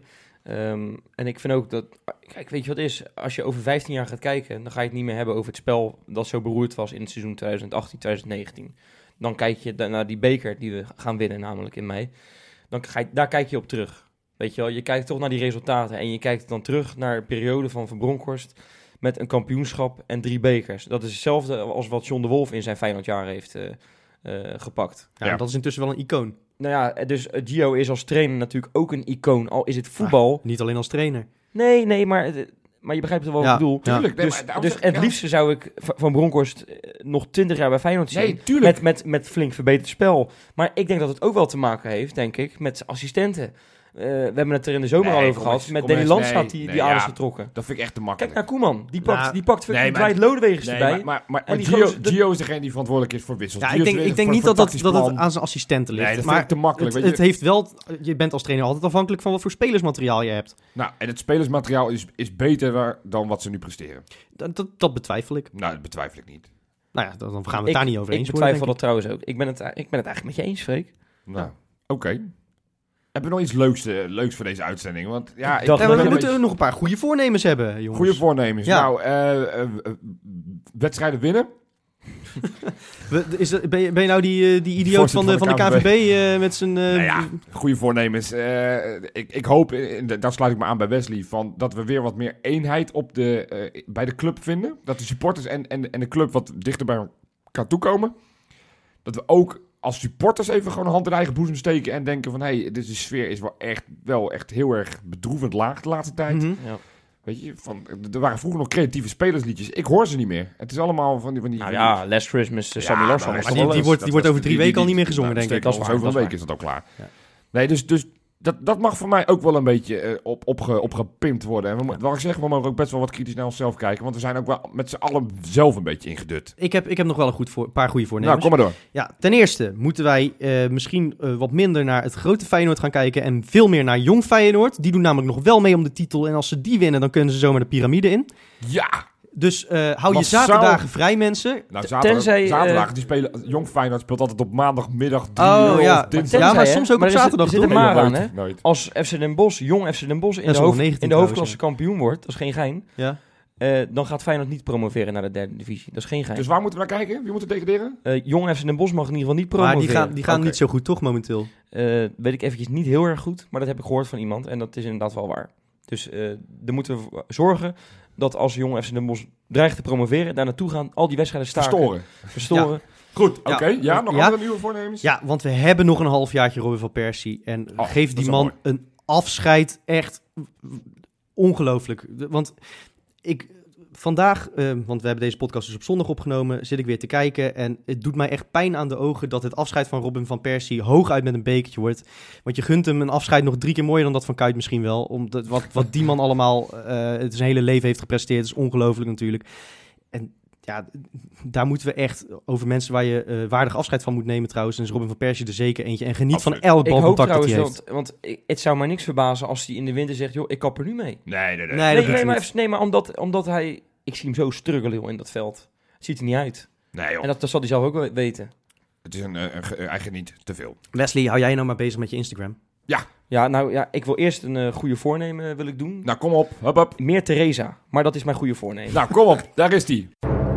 Um, en ik vind ook dat... Kijk, weet je wat het is? Als je over vijftien jaar gaat kijken... dan ga je het niet meer hebben over het spel... dat zo beroerd was in het seizoen twintig achttien twintig negentien. Dan kijk je naar die beker die we gaan winnen, namelijk in mei. Dan ga je, daar kijk je op terug. Weet je wel? Je kijkt toch naar die resultaten... en je kijkt dan terug naar een periode van Van Bronckhorst... met een kampioenschap en drie bekers. Dat is hetzelfde als wat John de Wolf in zijn Feyenoordjaar heeft uh, uh, gepakt. Ja, ja, dat is intussen wel een icoon. Nou ja, dus uh, Gio is als trainer natuurlijk ook een icoon. Al is het voetbal... Ah, niet alleen als trainer. Nee, nee, maar, maar je begrijpt het wel wat ja, ik bedoel. Tuurlijk. Dus, nee, maar dus zeg, het ja. liefste zou ik Van Bronckhorst nog twintig jaar bij Feyenoord zien. Nee, tuurlijk. Met, met, met flink verbeterd spel. Maar ik denk dat het ook wel te maken heeft, denk ik, met assistenten. Uh, we hebben het er in de zomer nee, al over gehad. Eens, met Danny Landstraat nee, die, nee, die aan ja, is getrokken. Dat vind ik echt te makkelijk. Kijk naar Koeman. Die pakt, nou, die pakt nee, Dwight Lodewegers nee, erbij. Maar, maar, maar, En maar die Gio, gozer- de- Gio is degene die verantwoordelijk is voor wissels. Ja, Gio ik denk, is ik denk voor- niet voor dat, dat, tactisch dat het plan. aan zijn assistenten ligt. Nee, dat maar vind ik te makkelijk. Het, weet het je. heeft wel... Je bent als trainer altijd afhankelijk van wat voor spelersmateriaal je hebt. Nou, en het spelersmateriaal is, is beter dan wat ze nu presteren. Dat, dat, dat betwijfel ik. Nou, dat betwijfel ik niet. Nou ja, dan dan gaan we het ik, daar niet over ik eens betwijfel worden, dat trouwens ook. Ik ben, het, ik ben het eigenlijk met je eens, Freek. Nou, oké. Okay. Hebben we nog iets leuks, uh, leuks voor deze uitzending? Want ja, ik dacht denk. ben Ja, we een moeten beetje- nog een paar goede voornemens hebben, jongens. Goede voornemens. Ja. Nou, uh, uh, uh, wedstrijden winnen. We, is dat, ben, je, ben je nou die, uh, die idioot van de, van de K V B uh, met zijn... Uh, Nou ja, goede voornemens. Uh, ik, ik hoop, in de, daar sluit ik me aan bij Wesley, van dat we weer wat meer eenheid op de, uh, bij de club vinden. Dat de supporters en, en, en de club wat dichter bij elkaar toekomen. Dat we ook als supporters even gewoon een hand in eigen boezem steken en denken van, hé, hey, deze sfeer is wel echt, wel echt heel erg bedroevend laag de laatste tijd. mm-hmm. Ja. Weet je, van, er waren vroeger nog creatieve spelersliedjes. Ik hoor ze niet meer. Het is allemaal van die... Van die Nou van die- ja, Last Christmas, uh, Ja, Sammy Larsson. nou, was maar toch die- wel die eens. wordt- dat wordt was- over drie die- weken al die- niet meer gezongen, nou, denk ik. dat Dat is is waar, over een dat week is is dat al klaar. Ja. Nee, dus, dus dat, dat mag voor mij ook wel een beetje uh, op, opge, opgepimpt worden. En we, mo- wat ik zeg, we mogen ook best wel wat kritisch naar onszelf kijken. Want we zijn ook wel met z'n allen zelf een beetje ingedut. Ik heb, ik heb nog wel een goed voor, paar goede Nou, voornemens. kom maar door. Ja, ten eerste moeten wij uh, misschien uh, wat minder naar het grote Feyenoord gaan kijken en veel meer naar jong Feyenoord. Die doen namelijk nog wel mee om de titel en als ze die winnen, dan kunnen ze zomaar de piramide in. Ja! Dus uh, hou je Massaal- zaterdagen vrij, mensen. Nou, zaterdag, Tenzij, uh, zaterdag die spelen, Jong Feyenoord speelt altijd op maandagmiddag drie Oh, uur ja. of dinsdag. Tenzij, Ja, maar hè? soms ook Maar op er zit- zaterdag, er zit toch? een maar Nee, aan, nooit, hè? nooit. Als F C Den Bosch, jong F C Den Bosch, in Dat de, is hoofd, nog negentien in de hoofdklasse trouwens, kampioen wordt, dat is geen gein, Ja. uh, dan gaat Feyenoord niet promoveren naar de derde divisie. Dat is geen gein. Dus waar moeten we naar kijken? Wie moet er degraderen? Uh, jong F C Den Bosch mag in ieder geval niet Maar promoveren. die gaan, die gaan Oké. niet zo goed, toch, momenteel? Uh, weet ik eventjes niet heel erg goed, maar dat heb ik gehoord van iemand en dat is inderdaad wel waar. Dus uh, dan moeten we v- zorgen dat als jong F C Den Bosch dreigt te promoveren, daar naartoe gaan, al die wedstrijden staken. Storen. Verstoren. Goed, Ja. oké. Ja, nog Ja. andere nieuwe voornemens? Ja, want we hebben nog een halfjaartje Robin van Persie. En Oh, geef dat die is wel man een afscheid. Echt ongelooflijk. De- Want ik... Vandaag, uh, want we hebben deze podcast dus op zondag opgenomen, zit ik weer te kijken. En het doet mij echt pijn aan de ogen dat het afscheid van Robin van Persie hooguit met een bekertje wordt. Want je gunt hem een afscheid nog drie keer mooier dan dat van Kuyt misschien wel. Omdat wat, wat die man allemaal uh, het zijn hele leven heeft gepresteerd, is ongelooflijk natuurlijk. En ja, daar moeten we echt over mensen waar je uh, waardig afscheid van moet nemen trouwens. En is Robin van Persie er zeker eentje. En geniet Absoluut. van elk Ik hoop balcontact dat trouwens, hij heeft. want, want ik- het zou mij niks verbazen als hij in de winter zegt, joh, ik kap er nu mee. Nee, nee, nee. Nee, dat Nee, doet nee, hij maar, niet. even- nee, maar omdat, omdat hij... Ik zie hem zo struggelen joh, in dat veld. Ziet er niet uit. Nee, joh. En dat, dat zal hij zelf ook wel weten. Het is een, een, een, een eigen niet te veel. Wesley, hou jij nou maar bezig met je Instagram? Ja, nou ja, ik wil eerst een uh, goede voornemen wil ik doen. Nou, kom op. Hup, hup. Meer Theresa, maar dat is mijn goede voornemen. Nou, kom op. Daar is die.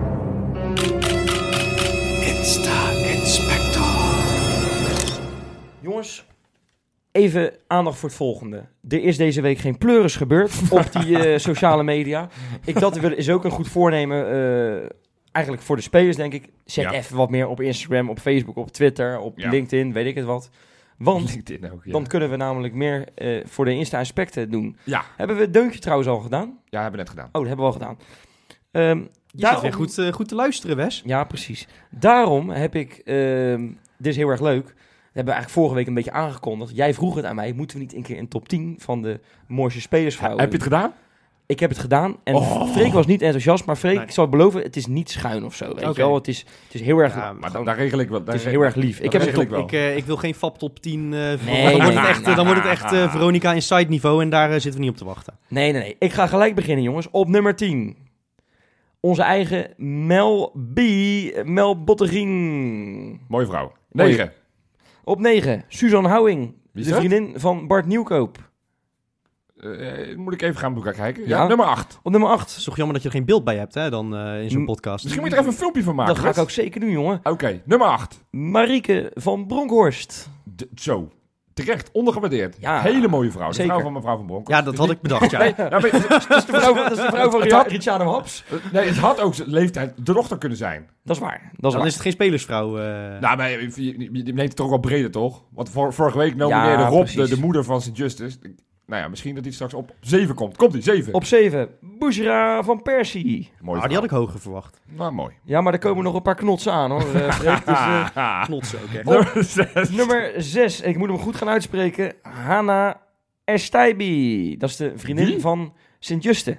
Jongens, even aandacht voor het volgende. Er is deze week geen pleuris gebeurd op die uh, sociale media. Ik, dat is ook een goed voornemen. Uh, eigenlijk voor de spelers, denk ik. Zet Ja. even wat meer op Instagram, op Facebook, op Twitter, op Ja. LinkedIn, weet ik het wat. Want LinkedIn ook, ja. dan kunnen we namelijk meer uh, voor de Insta-aspecten doen. Ja. Hebben we het deuntje trouwens al gedaan? Ja, hebben we net gedaan. Oh, dat hebben we al gedaan. Um, Je zit weer goed, uh, goed te luisteren, Wes. Ja, precies. Daarom heb ik... Um, dit is heel erg leuk. Dat hebben we eigenlijk vorige week een beetje aangekondigd. Jij vroeg het aan mij. Moeten we niet een keer een top tien van de mooiste spelersvrouwen Heb je het doen? gedaan? Ik heb het gedaan. En Oh. Freek was niet enthousiast. Maar Freek, Nee. ik zal het beloven, het is niet schuin of zo. Weet Oké. je wel? Het is, het is heel erg... Ja, Maar gewoon- da- daar regel ik wel. het daar is regel- heel erg lief. dat Ik heb het regel top, ik wel. Ik, uh, ik wil geen F A P top tien. Uh, Nee, dan, wordt nee, het echt, nee. dan wordt het echt uh, Veronica Inside niveau en daar uh, zitten we niet op te wachten. Nee, nee, nee. Ik ga gelijk beginnen, jongens. Op nummer tien. Onze eigen Mel B. Mel Bottegien. Mooie vrouw. Negen. Op negen. Suzanne Houwing. Wie is de dat? vriendin van Bart Nieuwkoop. Uh, moet ik even gaan boeken kijken. Ja, ja, nummer acht. Op nummer acht. Het is toch jammer dat je er geen beeld bij hebt, hè, dan uh, in zo'n podcast. Misschien moet je er even een filmpje van maken. Dat ga ik ook zeker doen, jongen. Oké, okay, nummer acht. Marieke van Bronkhorst. De, zo. Terecht, ondergewaardeerd. Ja, hele mooie vrouw. De zeker. vrouw van mevrouw van Bronkhorst. Ja, dat had ik bedacht, ja. Nee, ja, maar, dat, is de vrouw, dat is de vrouw van had, Richard Haps. Nee, het had ook zijn leeftijd de dochter kunnen zijn. Dat is waar. Dat is Dan waar. is het geen spelersvrouw. Uh... Nou, maar je, je, je neemt het toch wel breder, toch? Want vor, vorige week nomineerde ja, Rob de, de moeder van Saint Justice. Nou ja, misschien dat hij straks op zeven komt. Komt hij, zeven. Op zeven, Bushra van Persie. Mooi nou, die had ik hoger verwacht. Nou, mooi. Ja, maar er komen nog een paar knotsen aan, hoor. Uh, Freek, dus, uh, knotsen ook, echt. Nummer zes. Nummer zes. Ik moet hem goed gaan uitspreken. Hana Estaibi. Dat is de vriendin Wie? van Sint-Juste.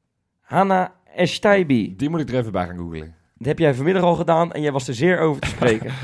Hana Estaibi. Die moet ik er even bij gaan googlen. Dat heb jij vanmiddag al gedaan en jij was er zeer over te spreken.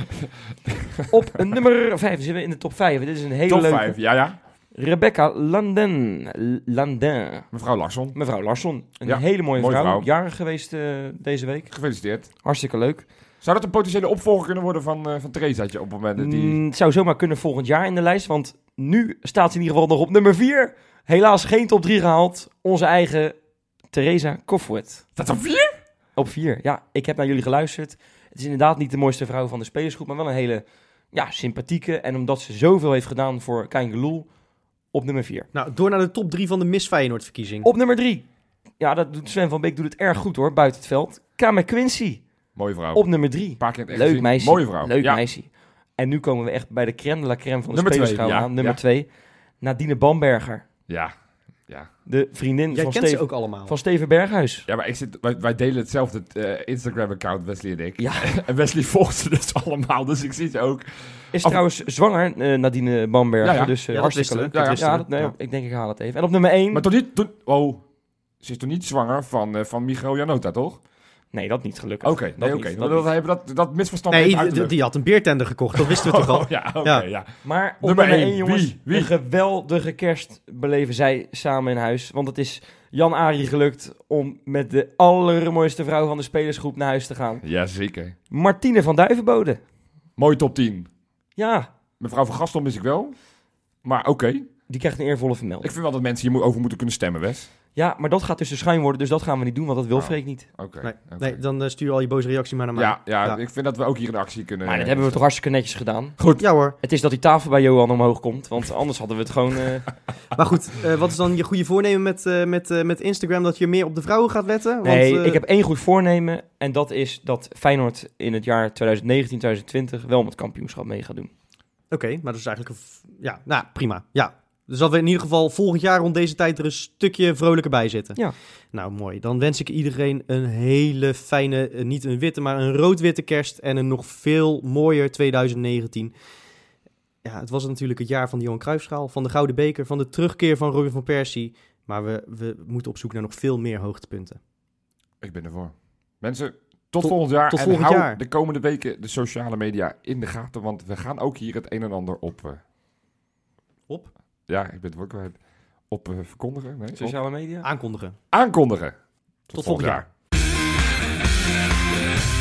Op nummer vijf. Zitten we in de top vijf. Dit is een hele top leuke. vijf, ja, ja. Rebecca Landin. Landin. Mevrouw Larsson. Mevrouw Larsson. Een Ja, hele mooie, mooie vrouw. vrouw. Jarig geweest uh, deze week. Gefeliciteerd. Hartstikke leuk. Zou dat een potentiële opvolger kunnen worden van, uh, van Theresaatje op het moment dat die... Mm, het zou zomaar kunnen volgend jaar in de lijst. Want nu staat ze in ieder geval nog op nummer vier. Helaas geen top drie gehaald. Onze eigen Theresa Koffwet. Staat op vier? Op vier, ja. Ik heb naar jullie geluisterd. Het is inderdaad niet de mooiste vrouw van de spelersgroep. Maar wel een hele ja, sympathieke. En omdat ze zoveel heeft gedaan voor Kein Geloel. Op nummer vier. Nou, door naar de top drie van de Miss Feyenoord-verkiezing. Op nummer drie. Ja, dat doet Sven van Beek doet het erg goed hoor, buiten het veld. Kame Quincy. Mooie vrouw. Op nummer drie. Een paar keer echt Leuk gezien. meisje. Mooie vrouw. Leuk ja. meisje. En nu komen we echt bij de crème de la crème van de Nummer twee, spelersschouw ja, aan. Nummer ja. twee. Nadine Bamberger. Ja. Ja. De vriendin Jij van, kent ze Steven, ook allemaal. van Steven Berghuis. Ja, maar ik zit, wij, wij delen hetzelfde uh, Instagram-account, Wesley en ik. Ja. En Wesley volgt ze dus allemaal, dus ik zie ze ook. Is Af... trouwens zwanger, uh, Nadine Bamberger. Ja, ja. Dus uh, ja, hartstikke leuk. Ja, ja. ja, dat, nee, ja. ik denk ik haal het even. En op nummer één... Maar toch niet... Toen, oh, ze is toch niet zwanger van, uh, van Michael Janota, toch? Nee, dat niet gelukkig. Oké, okay, nee, oké. Okay. Dat, dat, dat, dat, dat misverstand Nee, even uit die, die had een beertender gekocht, dat wisten we toch al. Oh, ja, oké, okay, Ja. ja. Maar op Nummer nummer één, één, jongens, wie? Wie? een geweldige kerst beleven zij samen in huis. Want het is Jan-Arie gelukt om met de allermooiste vrouw van de spelersgroep naar huis te gaan. Jazeker. Martine van Duivenbode. Mooie top tien. Ja, Mevrouw van Gastel mis ik wel. Maar oké. Okay. die krijgt een eervolle Ik vermelding. vind wel dat mensen hierover moeten kunnen stemmen, Wes. Ja, maar dat gaat dus de schuin worden, dus dat gaan we niet doen, want dat wil Oh. Freek niet. Oké. Okay. Nee, Okay. nee, dan uh, stuur al je boze reactie maar naar mij. Ja, ja, Ja. ik vind dat we ook hier een actie kunnen... Maar dat hebben we toch hartstikke netjes gedaan. Goed. Ja hoor. Het is dat die tafel bij Johan omhoog komt, want anders hadden we het gewoon... Uh... Maar goed, uh, wat is dan je goede voornemen met, uh, met, uh, met Instagram, dat je meer op de vrouwen gaat letten? Want, Nee, uh, ik heb één goed voornemen en dat is dat Feyenoord in het jaar twintig negentien twintig twintig wel met kampioenschap mee gaat doen. Oké, okay, maar dat is eigenlijk... Een f- ja, nou, prima. Ja. Dus dat we in ieder geval volgend jaar rond deze tijd er een stukje vrolijker bij zitten. Ja. Nou, mooi. Dan wens ik iedereen een hele fijne, uh, niet een witte, maar een rood-witte kerst en een nog veel mooier twintig negentien. Ja, het was natuurlijk het jaar van de Johan Cruijffschaal, van de Gouden Beker, van de terugkeer van Robin van Persie. Maar we, we moeten op zoek naar nog veel meer hoogtepunten. Ik ben ervoor. Mensen, tot, Tot- volgend jaar. tot en volgend hou jaar. de komende weken de sociale media in de gaten. Want we gaan ook hier het een en ander op... Uh, Op? Ja, ik ben het woord kwijt. Op uh, verkondigen? Nee, op Sociale media? Aankondigen. aankondigen. Tot, Tot volgend jaar. jaar.